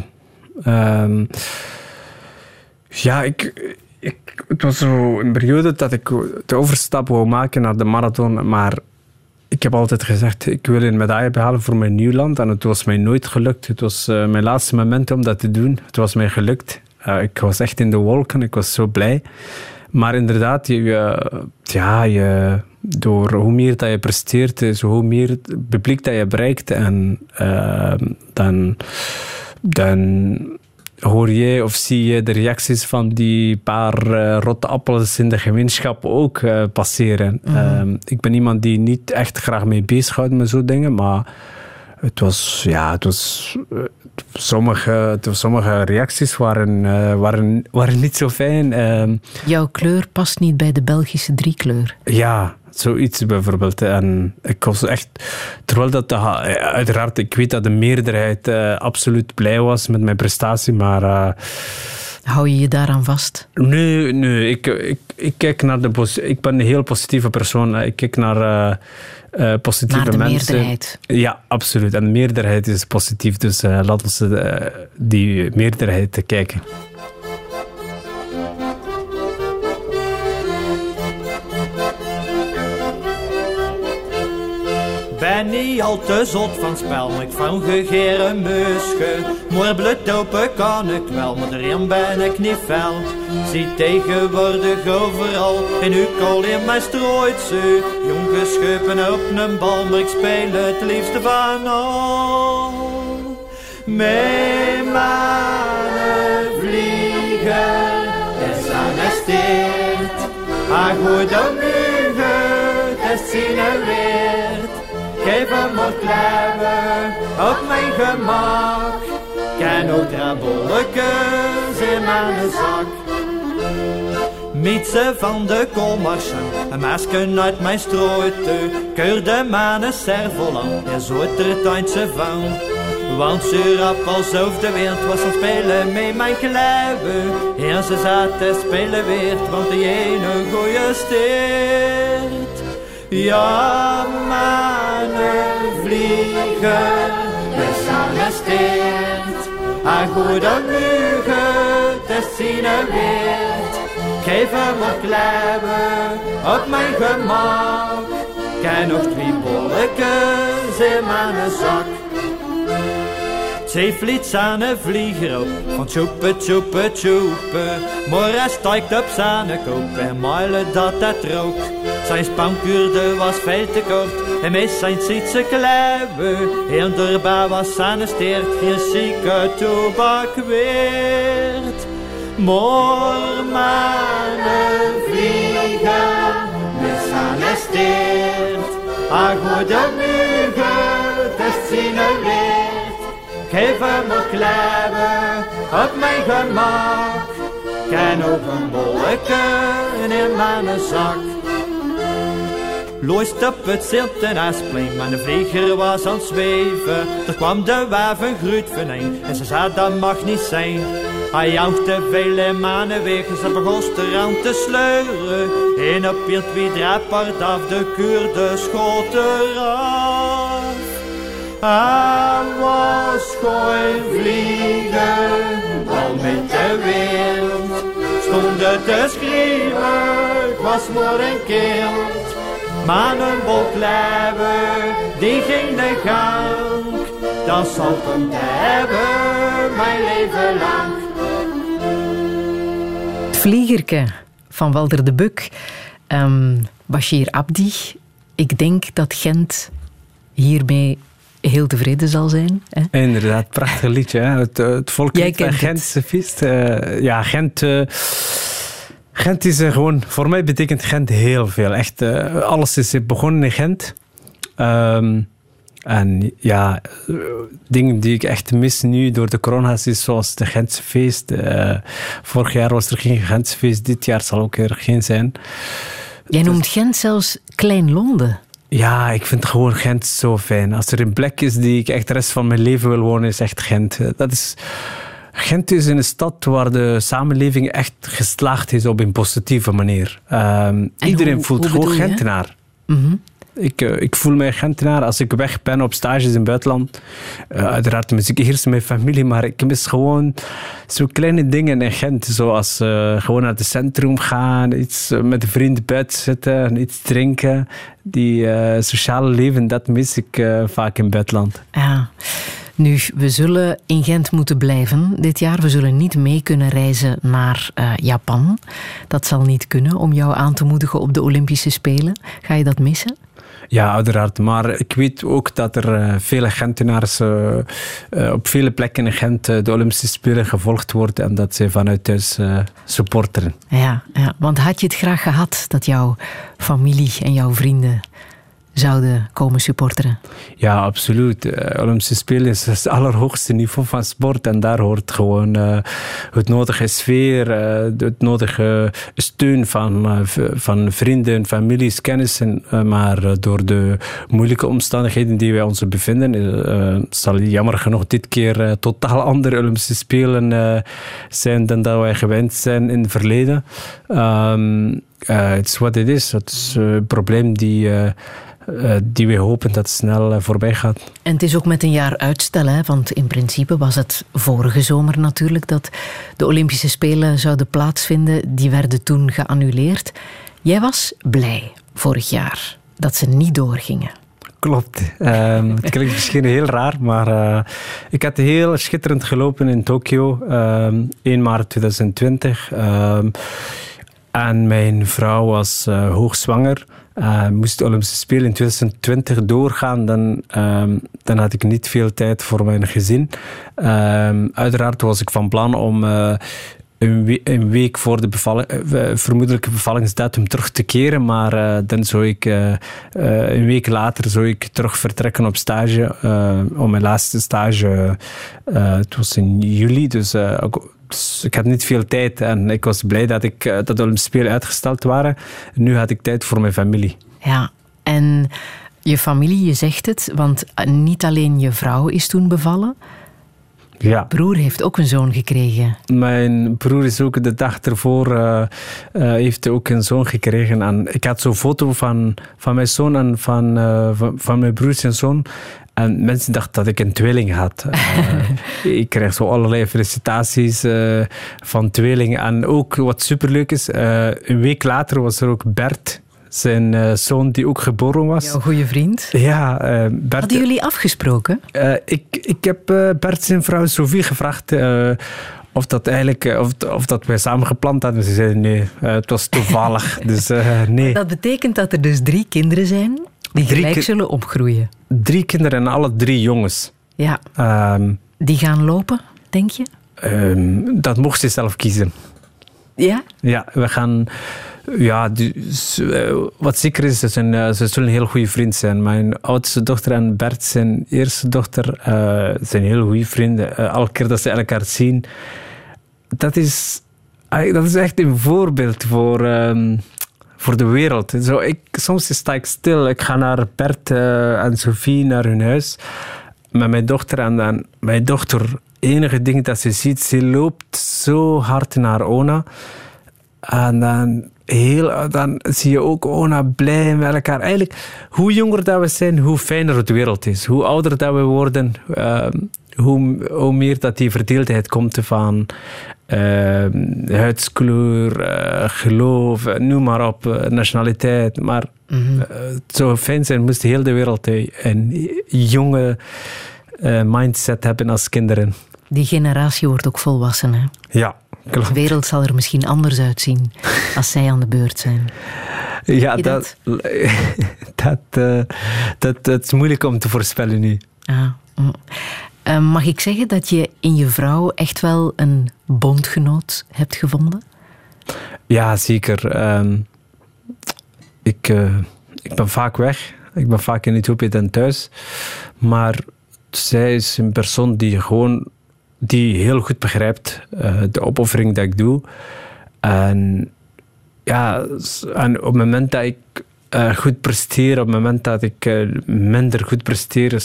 het was zo een periode dat ik de overstap wou maken naar de marathon, maar ik heb altijd gezegd, ik wil een medaille behalen voor mijn nieuw land en het was mij nooit gelukt. Het was mijn laatste moment om dat te doen. Het was mij gelukt. Ik was echt in de wolken, ik was zo blij. Maar inderdaad, door hoe meer dat je presteert, hoe meer het publiek dat je bereikt. En dan hoor je of zie je de reacties van die paar rotte appels in de gemeenschap ook passeren. Ik ben iemand die niet echt graag mee bezighoudt met zo'n dingen, maar het was sommige reacties waren niet zo fijn. Jouw kleur past niet bij de Belgische driekleur. Ja, zoiets bijvoorbeeld. En ik was echt... Terwijl dat... uiteraard, ik weet dat de meerderheid absoluut blij was met mijn prestatie, maar... Hou je je daaraan vast? Nee. Ik kijk naar ik ben een heel positieve persoon. Ik kijk naar... positieve naar de mensen. Meerderheid. Ja, absoluut. En de meerderheid is positief, dus laten we die meerderheid kijken. Ben niet al te zot van spel, maar ik van gegeren musche. Maar bloedopen kan ik wel, maar erin ben ik niet fel. Zie tegenwoordig overal, in uw kool in mijn strooit ze. Jong geschuppen op een bal, maar ik speel het liefste van al. Mijn mannen vliegen, is aanesteerd. Ach, hoe dan mugen, het zien er weer. Geef hem wat kleven op mijn gemak. Ken ook drabolletjes in mijn zak. Mietsen van de koolmarsen, een masker uit mijn strooite. Keur de manen servolan, en zo er tuintje van. Want ze rap alsof de wind was aan spelen met mijn kleven. En ze zaten spelen weer, want de ene goeie steert. Ja, mannen vliegen, we aanesteerd. Ach, hoe dan mugen, te zien er weer. Geef hem wat kleven op mijn gemak. Ken nog 2 bolletjes in mijn zak. Ze vliet aan een vlieger op, van tjoepen, tjoepen, tjoepen. Maar hij stijgt op zijn kop en muilen dat het rook. Zijn spankuurde was veel te kort en met zijn zietse kleven. En daarbij was zijn steert geen zieke tobak weert. Maar mannen vliegen, met zijn steert. Ach, hoe de mugen, te zien er weer. Geef hem wat kleven op mijn gemak. Ken ook een bolletje in mijn zak. Loost op het zilt en Asplein, maar de vlieger was aan het zweven. Er kwam de waven gruut van een en ze zei dat mag niet zijn. Hij jouwde vele manen weg en ze begon eraan te sleuren. En op je 2 draapart af de kuurde schot eraf. En was gooien vliegen, al met de wind. Stonden te schreeuwen, ik was maar een kind. Maar een bolkleber, die ging de gang. Dat zal ik hem hebben, mijn leven lang. Het vliegerke van Walter de Buck. Bashir Abdi. Ik denk dat Gent hiermee heel tevreden zal zijn. Hè? Inderdaad, prachtig liedje. Hè? Het volkslied van Gentse feest. Gent is gewoon... Voor mij betekent Gent heel veel. Echt, alles is begonnen in Gent. En ja, dingen die ik echt mis nu door de corona's is zoals de Gentse feest. Vorig jaar was er geen Gentse feest. Dit jaar zal ook er geen zijn. Jij noemt Gent zelfs Klein Londen. Ja, ik vind gewoon Gent zo fijn. Als er een plek is die ik echt de rest van mijn leven wil wonen, is echt Gent. Gent is een stad waar de samenleving echt geslaagd is op een positieve manier. Iedereen voelt gewoon Gentenaar. Mm-hmm. Ik voel mij Gentenaar als ik weg ben op stages in het buitenland. Uiteraard mis ik eerst mijn familie, maar ik mis gewoon zo kleine dingen in Gent. Zoals gewoon naar het centrum gaan, iets met de vrienden buiten zitten, iets drinken. Die sociale leven, dat mis ik vaak in het buitenland. Ja. Nu, we zullen in Gent moeten blijven dit jaar. We zullen niet mee kunnen reizen naar Japan. Dat zal niet kunnen om jou aan te moedigen op de Olympische Spelen. Ga je dat missen? Ja, uiteraard. Maar ik weet ook dat er vele Gentenaars op vele plekken in Gent de Olympische Spelen gevolgd worden en dat ze vanuit thuis supporteren. Ja, want had je het graag gehad dat jouw familie en jouw vrienden zouden komen supporteren? Ja, absoluut. Olympische Spelen is het allerhoogste niveau van sport en daar hoort gewoon het nodige sfeer, het nodige steun van vrienden, families, kennissen. Maar door de moeilijke omstandigheden die wij ons bevinden, zal jammer genoeg dit keer totaal andere Olympische Spelen zijn dan dat wij gewend zijn in het verleden. Het is wat het is. Het is een probleem die we hopen dat het snel voorbij gaat. En het is ook met een jaar uitstel, hè? Want in principe was het vorige zomer natuurlijk dat de Olympische Spelen zouden plaatsvinden. Die werden toen geannuleerd. Jij was blij vorig jaar dat ze niet doorgingen. Klopt. Het klinkt misschien heel raar, maar ik had heel schitterend gelopen in Tokio, 1 maart 2020. En mijn vrouw was hoogzwanger. Moest de Olympische Spelen in 2020 doorgaan, dan had ik niet veel tijd voor mijn gezin. Uiteraard was ik van plan om een week voor de vermoedelijke bevallingsdatum terug te keren, maar dan zou ik een week later zou ik terug vertrekken op stage. Om mijn laatste stage, het was in juli, dus ik had niet veel tijd en ik was blij dat de Olympische Spelen uitgesteld waren. Nu had ik tijd voor mijn familie. Ja, en je familie, je zegt het, want niet alleen je vrouw is toen bevallen. Ja. Broer heeft ook een zoon gekregen. Mijn broer is ook de dag ervoor heeft ook een zoon gekregen. En ik had zo'n foto van mijn zoon en van mijn broer en zoon. En mensen dachten dat ik een tweeling had. Ik kreeg zo allerlei felicitaties van tweelingen. En ook wat superleuk is, een week later was er ook Bert, zijn zoon die ook geboren was. Jouw goede vriend? Ja. Bert, hadden jullie afgesproken? Ik heb Bert zijn vrouw Sophie gevraagd of dat eigenlijk of dat wij samen gepland hadden. Ze zeiden nee, het was toevallig. Dus nee. Dat betekent dat er dus 3 kinderen zijn die gelijk zullen opgroeien. 3 kinderen en alle 3 jongens. Ja. Die gaan lopen, denk je? Dat mocht ze zelf kiezen. Ja? Ja, we gaan... Ja, wat zeker is, ze zullen een heel goede vriend zijn. Mijn oudste dochter en Bert, zijn eerste dochter, zijn heel goede vrienden. Elke keer dat ze elkaar zien. Dat is echt een voorbeeld voor de wereld. Soms sta ik stil. Ik ga naar Bert en Sophie naar hun huis met mijn dochter. En dan mijn dochter, enige ding dat ze ziet, ze loopt zo hard naar Ona. En dan dan zie je ook blij met elkaar. Eigenlijk, hoe jonger dat we zijn, hoe fijner het wereld is. Hoe ouder dat we worden, hoe meer dat die verdeeldheid komt van huidskleur, geloof, noem maar op, nationaliteit. Maar het zou fijn zijn, moest heel de wereld een jonge mindset hebben als kinderen. Die generatie wordt ook volwassen, hè? Ja, klopt. De wereld zal er misschien anders uitzien als zij aan de beurt zijn. Ja, dat is moeilijk om te voorspellen nu. Mag ik zeggen dat je in je vrouw echt wel een bondgenoot hebt gevonden? Ja, zeker. Ik ben vaak weg. Ik ben vaak in Ethiopië dan thuis. Maar zij is een persoon die heel goed begrijpt de opoffering die ik doe. En op het moment dat ik goed presteer, op het moment dat ik minder goed presteer,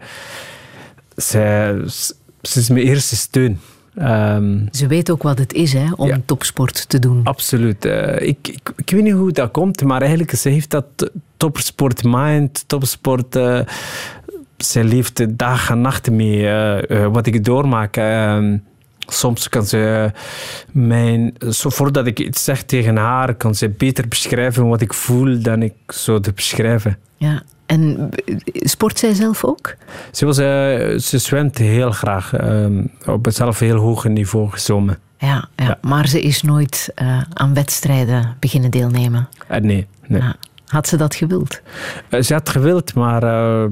zij is mijn eerste steun. Ze weet ook wat het is, hè, om topsport te doen. Absoluut. Ik weet niet hoe dat komt, maar eigenlijk ze heeft dat topsport mind, topsport. Zij leeft dag en nacht mee wat ik doormaak. Soms kan ze voordat ik iets zeg tegen haar, kan ze beter beschrijven wat ik voel dan ik zou te beschrijven. Ja. En sport zij zelf ook? Ze zwemt heel graag. Op hetzelfde heel hoog niveau gezwommen. Ja, maar ze is nooit aan wedstrijden beginnen deelnemen. Nee. Ja. Had ze dat gewild? Ze had gewild, maar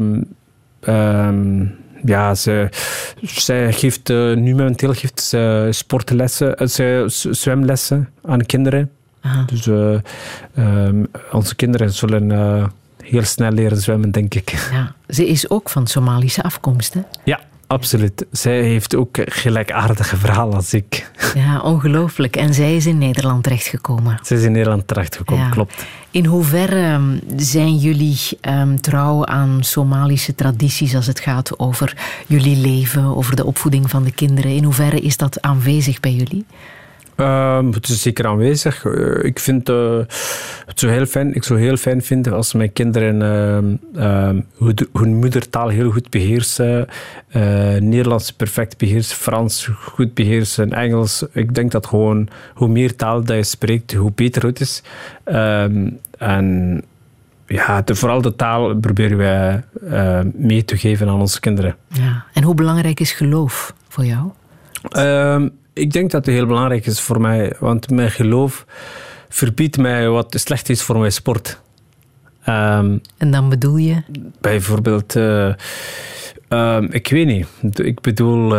zij geeft nu momenteel sportlessen, zwemlessen aan kinderen. Aha. Dus onze kinderen zullen heel snel leren zwemmen, denk ik. Ja, ze is ook van Somalische afkomst, hè? Ja, absoluut. Zij heeft ook gelijkaardige verhaal als ik. Ja, ongelooflijk. En zij is in Nederland terechtgekomen. Zij is in Nederland terechtgekomen, klopt. In hoeverre zijn jullie trouw aan Somalische tradities als het gaat over jullie leven, over de opvoeding van de kinderen? In hoeverre is dat aanwezig bij jullie? Het is zeker aanwezig. Ik vind het zou heel fijn vinden als mijn kinderen hun moedertaal heel goed beheersen, Nederlands perfect beheersen, Frans goed beheersen, Engels. Ik denk dat gewoon hoe meer taal dat je spreekt, hoe beter het is. En vooral de taal proberen wij mee te geven aan onze kinderen. Ja. En hoe belangrijk is geloof voor jou? Ik denk dat het heel belangrijk is voor mij, want mijn geloof verbiedt mij wat slecht is voor mijn sport. En dan bedoel je? Bijvoorbeeld, ik weet niet. Ik bedoel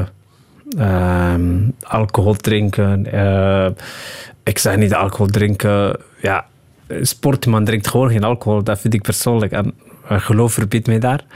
alcohol drinken. Ik zeg niet alcohol drinken. Ja, sportman drinkt gewoon geen alcohol. Dat vind ik persoonlijk. En geloof verbiedt mij daar.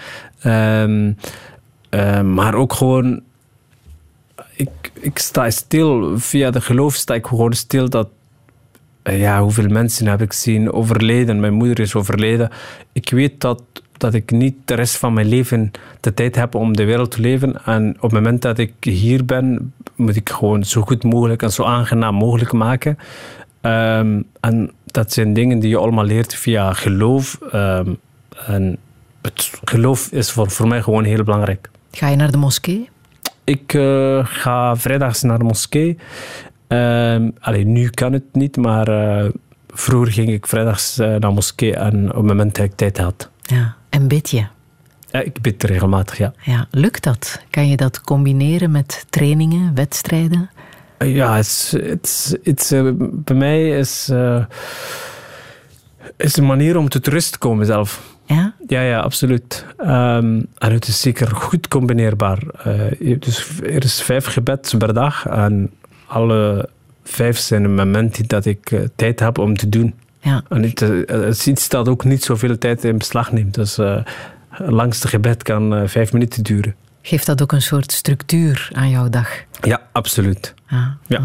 Maar ook gewoon... Ik sta stil, via de geloof sta ik gewoon stil dat hoeveel mensen heb ik zien overleden. Mijn moeder is overleden. Ik weet dat ik niet de rest van mijn leven de tijd heb om de wereld te leven. En op het moment dat ik hier ben, moet ik gewoon zo goed mogelijk en zo aangenaam mogelijk maken. En dat zijn dingen die je allemaal leert via geloof. En het geloof is voor mij gewoon heel belangrijk. Ga je naar de moskee? Ik ga vrijdags naar de moskee. Nu kan het niet, maar vroeger ging ik vrijdags naar de moskee en op het moment dat ik tijd had. Ja, en bid je? Ja, ik bid regelmatig, ja. Ja, lukt dat? Kan je dat combineren met trainingen, wedstrijden? Ja, bij mij is een manier om tot rust te komen zelf. Ja? Ja, absoluut. En het is zeker goed combineerbaar. Dus er is 5 gebed per dag. En alle 5 zijn een moment dat ik tijd heb om te doen. Ja. En het is iets dat ook niet zoveel tijd in beslag neemt. Dus het langste gebed kan 5 minuten duren. Geeft dat ook een soort structuur aan jouw dag? Ja, absoluut. Ja.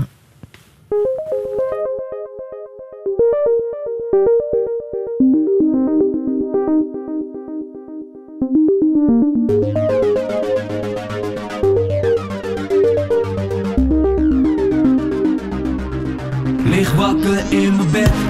Lig wakker in mijn bed,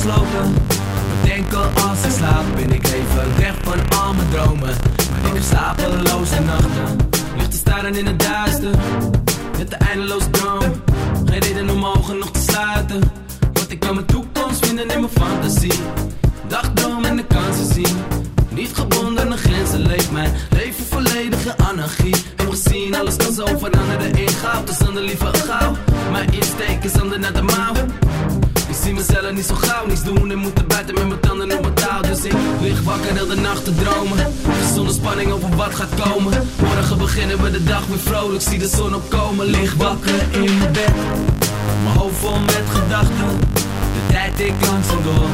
gesloten. Bedenken als ik slaap, ben ik even weg van al mijn dromen. Maar ik heb slapeloze nachten, ligt te staren in het duister. Met de eindeloze droom, geen reden om mijn ogen nog te sluiten. Want ik kan mijn toekomst vinden in mijn fantasie. Dagdroom en de kansen zien. Niet gebonden aan grenzen, leeft mijn leven volledige anarchie. Heb gezien, alles kan zo veranderen in goud. Dus ander liever gauw, mijn insteek is ander naar de mouw. Ik zie mezelf niet zo gauw, niets doen en moeten buiten met mijn tanden op mijn touw. Dus ik lig wakker heel de nacht te dromen, zonder spanning over wat gaat komen. Morgen beginnen we de dag weer vrolijk, zie de zon opkomen. Lig wakker in mijn bed, mijn hoofd vol met gedachten. De tijd ik langzaam door,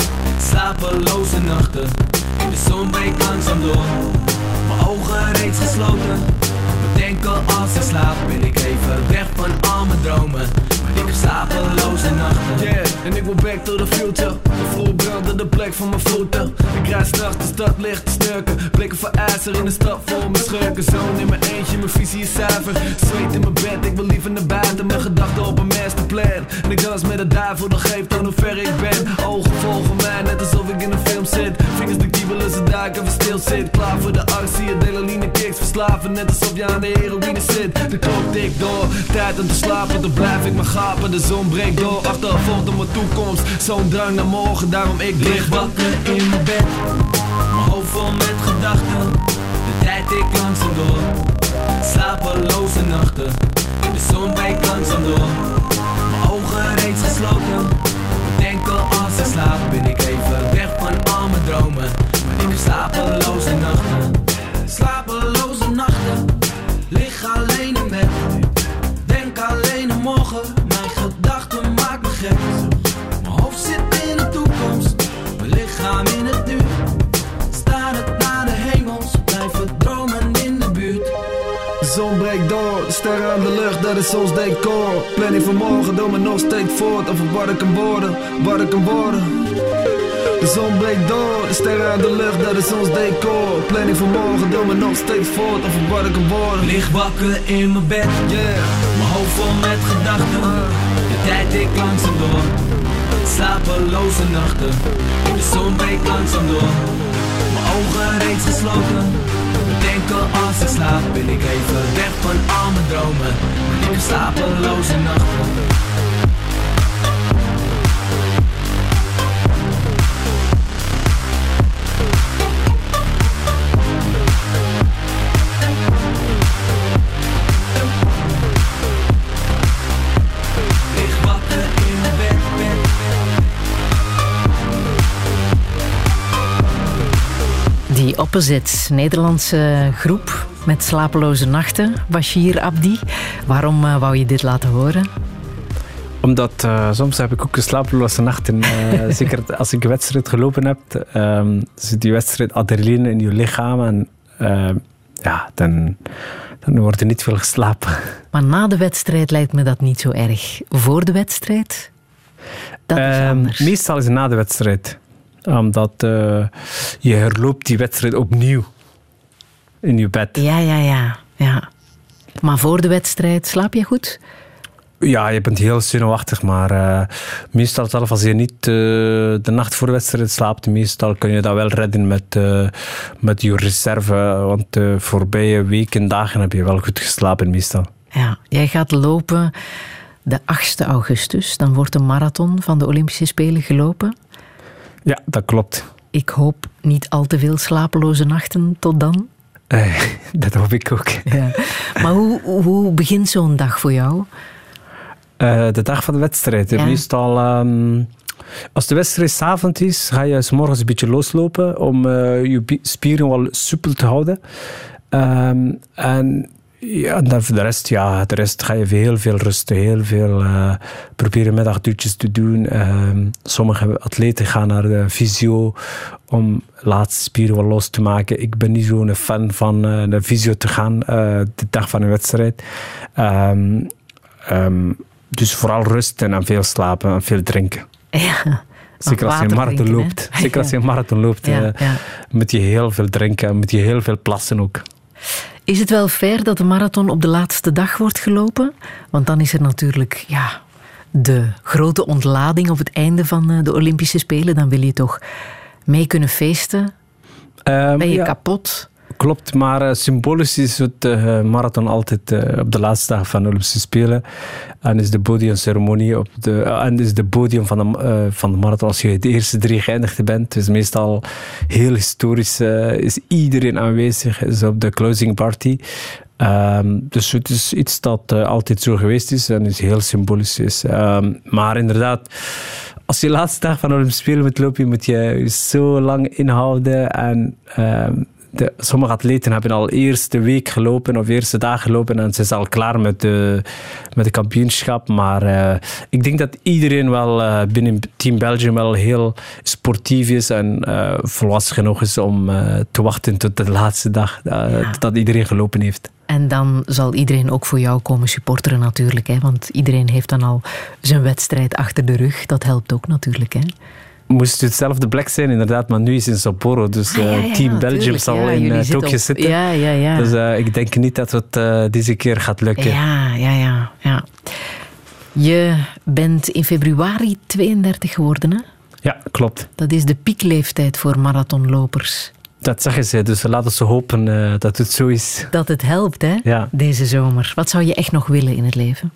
slapeloze nachten. De zon breekt langzaam door, mijn ogen reeds gesloten. Bedenken als ik slaap, ben ik even weg van al mijn dromen. Maar ik heb slapeloze nachten. Yeah, en ik wil back to the future. De vloer brandt de plek van mijn voeten. Ik rijd straks de stad licht te snurken. Blikken voor ijzer in de stad vol mijn schurken. Zoon in mijn eentje, mijn visie is zuiver. Zweet in mijn bed, ik wil liever naar buiten. Mijn gedachten op een masterplan. En ik dans met de duivel, dat geeft aan hoe ver ik ben. Ogen volgen mij, net alsof ik in een film zit. Vingers de kiebelen, ze daar even stil zit. Klaar voor de actie, adrenaline kicks verslaven. Net alsof je aan de heroïne zit. De klok tikt door, tijd om te slapen. Dan blijf ik maar gapen, de zon breekt door. Achtervolgt op mijn toekomst, zo'n drang naar morgen. Daarom ik lig wakker in mijn bed, mijn hoofd vol met gedachten. De tijd ik langzaam door, slapeloze nachten. De zon breekt langzaam door, mijn ogen reeds gesloten. Bedenken als ik slaap, ben ik even weg van al mijn dromen. Maar ik heb slapeloze nachten, slapeloze nachten. Lig alleen in bed, denk alleen aan morgen. Mijn gedachten maken me gek. Mijn hoofd zit in de toekomst, mijn lichaam in het nu. Starend naar de hemels, blijven dromen in de buurt. De zon breekt door, de sterren aan de lucht, dat is ons decor. Planning van morgen, doe me nog steeds voort. Over wat ik kan worden, wat ik kan worden. De zon breekt door, de sterren aan de lucht, dat is ons decor. Planning van morgen, doe me nog steeds voort. Over wat ik kan worden. Lig wakker in mijn bed, yeah. Mijn hoofd vol met gedachten. De tijd ik langzaam door, slapeloze nachten. De zon breekt langzaam door, mijn ogen reeds gesloten. Bedenken als ik slaap, ben ik even weg van al mijn dromen. Ik heb slapeloze nachten. Die Opposites, Nederlandse groep met slapeloze nachten. Bashir Abdi, waarom wou je dit laten horen? Omdat soms heb ik ook slapeloze nachten. Zeker als ik een wedstrijd gelopen heb, zit die wedstrijd adrenaline in je lichaam. En dan wordt er niet veel geslapen. Maar na de wedstrijd lijkt me dat niet zo erg. Voor de wedstrijd? Dat is anders. Meestal is het na de wedstrijd. Omdat je herloopt die wedstrijd opnieuw in je bed. Ja. Maar voor de wedstrijd, slaap je goed? Ja, je bent heel zenuwachtig, maar meestal zelf als je niet de nacht voor de wedstrijd slaapt, meestal kun je dat wel redden met je reserve. Want de voorbije weken en dagen heb je wel goed geslapen meestal. Ja, jij gaat lopen de 8e augustus. Dan wordt de marathon van de Olympische Spelen gelopen. Ja, dat klopt. Ik hoop niet al te veel slapeloze nachten tot dan. Dat hoop ik ook. Ja. Maar hoe begint zo'n dag voor jou? De dag van de wedstrijd. Ja. Meestal, als de wedstrijd 's avonds is, ga je 's morgens een beetje loslopen om je spieren wel soepel te houden. En dan voor de rest ga je heel veel rusten, heel veel proberen middagduurtjes te doen. Sommige atleten gaan naar de fysio om laatste spieren wel los te maken. Ik ben niet zo'n fan van de fysio te gaan de dag van een wedstrijd. Dus vooral rusten en veel slapen en veel drinken. Ja. Zeker als je een marathon loopt. Zeker als je een marathon loopt, moet je heel veel drinken en moet je heel veel plassen ook. Is het wel fair dat de marathon op de laatste dag wordt gelopen? Want dan is er natuurlijk de grote ontlading op het einde van de Olympische Spelen. Dan wil je toch mee kunnen feesten. Ben je kapot? Klopt, maar symbolisch is het marathon altijd op de laatste dag van de Olympische Spelen. En is de podiumceremonie en is de podium van de marathon als je de eerste 3 geëindigd bent. Dus meestal heel historisch is iedereen aanwezig, is op de closing party. Dus het is iets dat altijd zo geweest is en is heel symbolisch is. Maar inderdaad, als je de laatste dag van de Olympische Spelen moet lopen, moet je zo lang inhouden. En sommige atleten hebben al eerste week gelopen of eerste dag gelopen en ze zijn al klaar met de kampioenschap. Maar ik denk dat iedereen wel binnen Team Belgium wel heel sportief is en volwassen genoeg is om te wachten tot de laatste dag dat iedereen gelopen heeft. En dan zal iedereen ook voor jou komen supporteren natuurlijk. Hè? Want iedereen heeft dan al zijn wedstrijd achter de rug. Dat helpt ook natuurlijk. Hè? Moest het hetzelfde plek zijn, inderdaad. Maar nu is het in Sapporo. Dus Team Belgium zal in Tokio zitten. Ja. Dus ik denk niet dat het deze keer gaat lukken. Ja. Je bent in februari 32 geworden, hè? Ja, klopt. Dat is de piekleeftijd voor marathonlopers. Dat zeggen ze, dus laten we hopen dat het zo is. Dat het helpt, hè? Ja. Deze zomer. Wat zou je echt nog willen in het leven?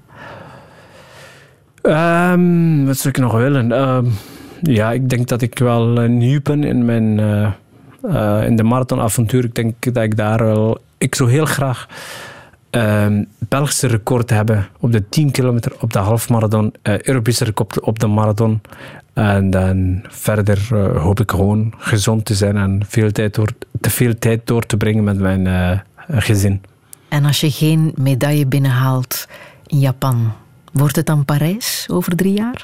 Wat zou ik nog willen? Ik denk dat ik wel nieuw ben in de marathonavontuur. Ik denk dat ik daar wel... Ik zou heel graag Belgische record hebben op de 10 kilometer, op de halfmarathon, Europese record op de marathon. En dan verder hoop ik gewoon gezond te zijn en te veel tijd door te brengen met mijn gezin. En als je geen medaille binnenhaalt in Japan, wordt het dan Parijs over 3 jaar?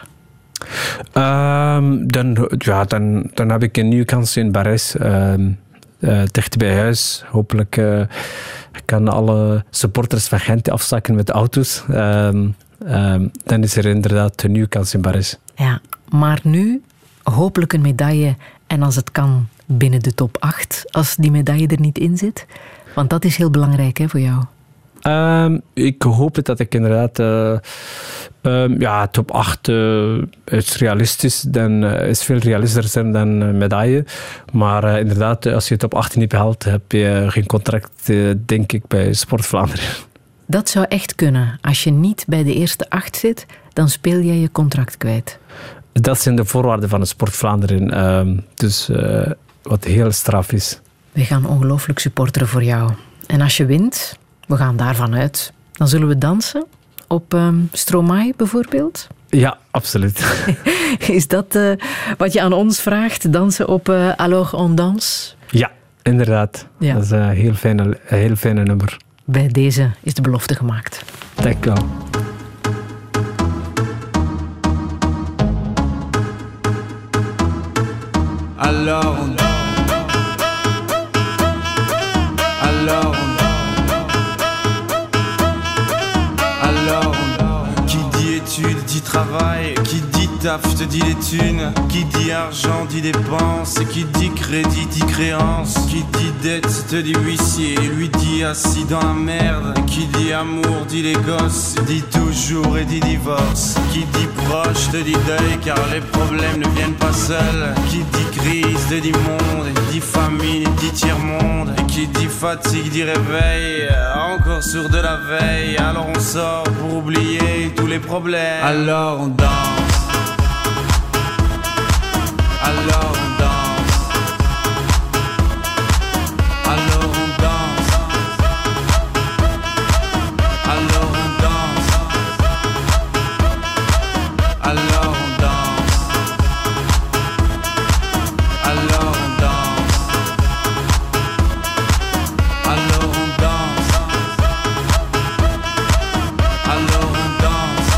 Dan heb ik een nieuwe kans in Parijs. Dicht bij huis. Hopelijk kan alle supporters van Gent afzakken met de auto's. Dan is er inderdaad een nieuwe kans in Parijs. Ja, maar nu hopelijk een medaille en als het kan binnen de top 8 als die medaille er niet in zit. Want dat is heel belangrijk, hè, voor jou. Ik hoop het dat ik inderdaad top 8 is realistisch. Dan is veel realistischer dan een medaille. Maar inderdaad, als je top 8 niet behaalt, heb je geen contract, denk ik, bij Sport Vlaanderen. Dat zou echt kunnen. Als je niet bij de eerste 8 zit, dan speel jij je contract kwijt. Dat zijn de voorwaarden van de Sport Vlaanderen. Dus wat heel straf is. We gaan ongelooflijk supporteren voor jou. En als je wint, we gaan daarvan uit, dan zullen we dansen op Stromae bijvoorbeeld? Ja, absoluut. Is dat wat je aan ons vraagt, dansen op Alors on danse? Ja, inderdaad. Ja. Dat is een heel fijne nummer. Bij deze is de belofte gemaakt. Dank u wel. Alors on danse. Alors on qui dit études dit travail, qui dit taf te dit les thunes, qui dit argent dit dépenses, qui dit crédit dit créance, qui dit dette te dit huissier, lui dit assis dans la merde, qui dit amour dit les gosses, dit toujours et dit divorce, qui dit proche te dit deuil car les problèmes ne viennent pas seuls, qui dit crise te dit monde, dit famine dit tiers-monde, et qui dit fatigue dit réveil, encore sur de la veille, alors on sort pour oublier tous les problèmes. Alors on danse. Alors on danse. Alors on danse. Alors on danse. Alors on danse. Alors on danse. Alors on danse. Alors on danse.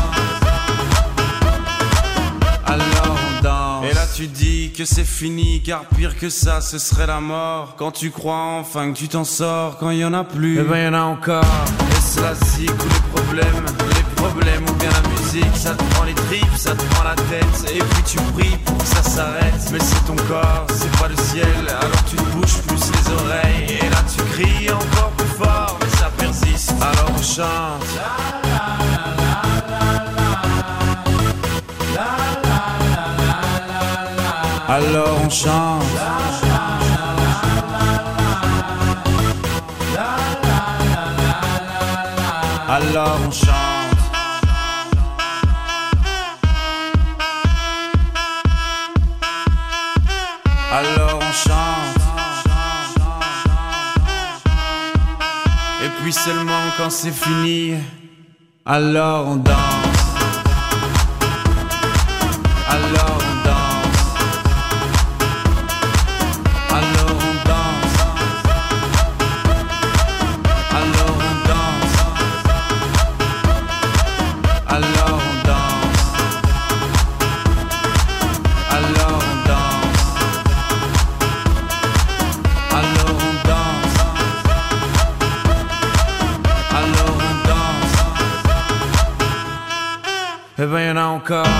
Alors on danse. Et là tu dis que c'est fini, car pire que ça ce serait la mort. Quand tu crois enfin que tu t'en sors, quand y en a plus, eh ben y en a encore. Est-ce la zik ou les problèmes ou bien la musique, ça te prend les tripes, ça te prend la tête, et puis tu pries pour que ça s'arrête. Mais c'est ton corps, c'est pas le ciel, alors tu te bouges plus les oreilles, et là tu cries encore plus fort, mais ça persiste, alors on chante. alors on chante. Alors on chante. Alors on chante. Et puis seulement quand c'est fini, alors on danse. Alors on danse. Alors on danse. Alors on danse. Alors on danse. Alors on danse. Alors on danse. Alors on danse. Eh ben y'en a encore.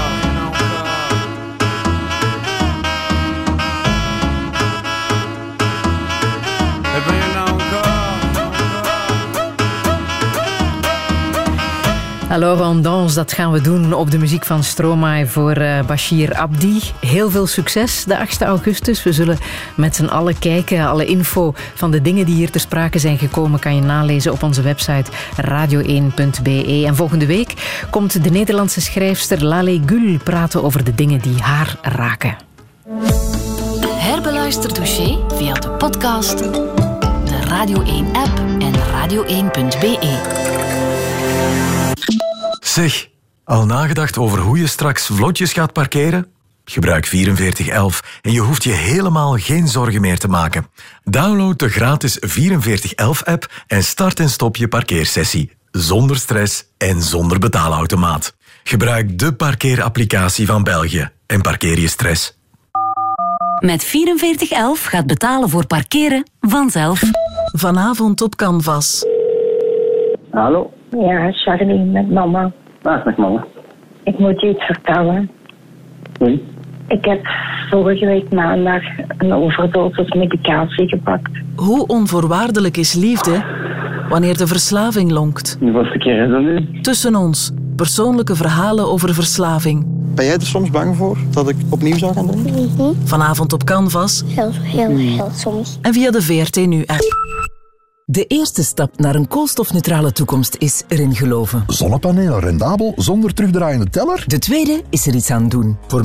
Alors on danse, dat gaan we doen op de muziek van Stromae voor Bashir Abdi. Heel veel succes de 8 augustus. We zullen met z'n allen kijken. Alle info van de dingen die hier ter sprake zijn gekomen kan je nalezen op onze website radio1.be. En volgende week komt de Nederlandse schrijfster Laleh Gül praten over de dingen die haar raken. Herbeluister Douché via de podcast, de Radio 1-app en radio1.be. Zeg, al nagedacht over hoe je straks vlotjes gaat parkeren? Gebruik 4411 en je hoeft je helemaal geen zorgen meer te maken. Download de gratis 4411-app en start en stop je parkeersessie. Zonder stress en zonder betaalautomaat. Gebruik de parkeerapplicatie van België en parkeer je stress. Met 4411 gaat betalen voor parkeren vanzelf. Vanavond op Canvas. Hallo? Ja, Charlie, met mama. Met mama. Ik moet je iets vertellen. Oui. Ik heb vorige week maandag een overdosis medicatie gepakt. Hoe onvoorwaardelijk is liefde wanneer de verslaving lonkt? De vorige keer is dat nu. Tussen ons, persoonlijke verhalen over verslaving. Ben jij er soms bang voor dat ik opnieuw zou gaan drinken? Vanavond op Canvas. Heel soms. En via de VRT Nu-app. De eerste stap naar een koolstofneutrale toekomst is erin geloven. Zonnepanelen rendabel zonder terugdraaiende teller? De tweede is er iets aan doen. Voor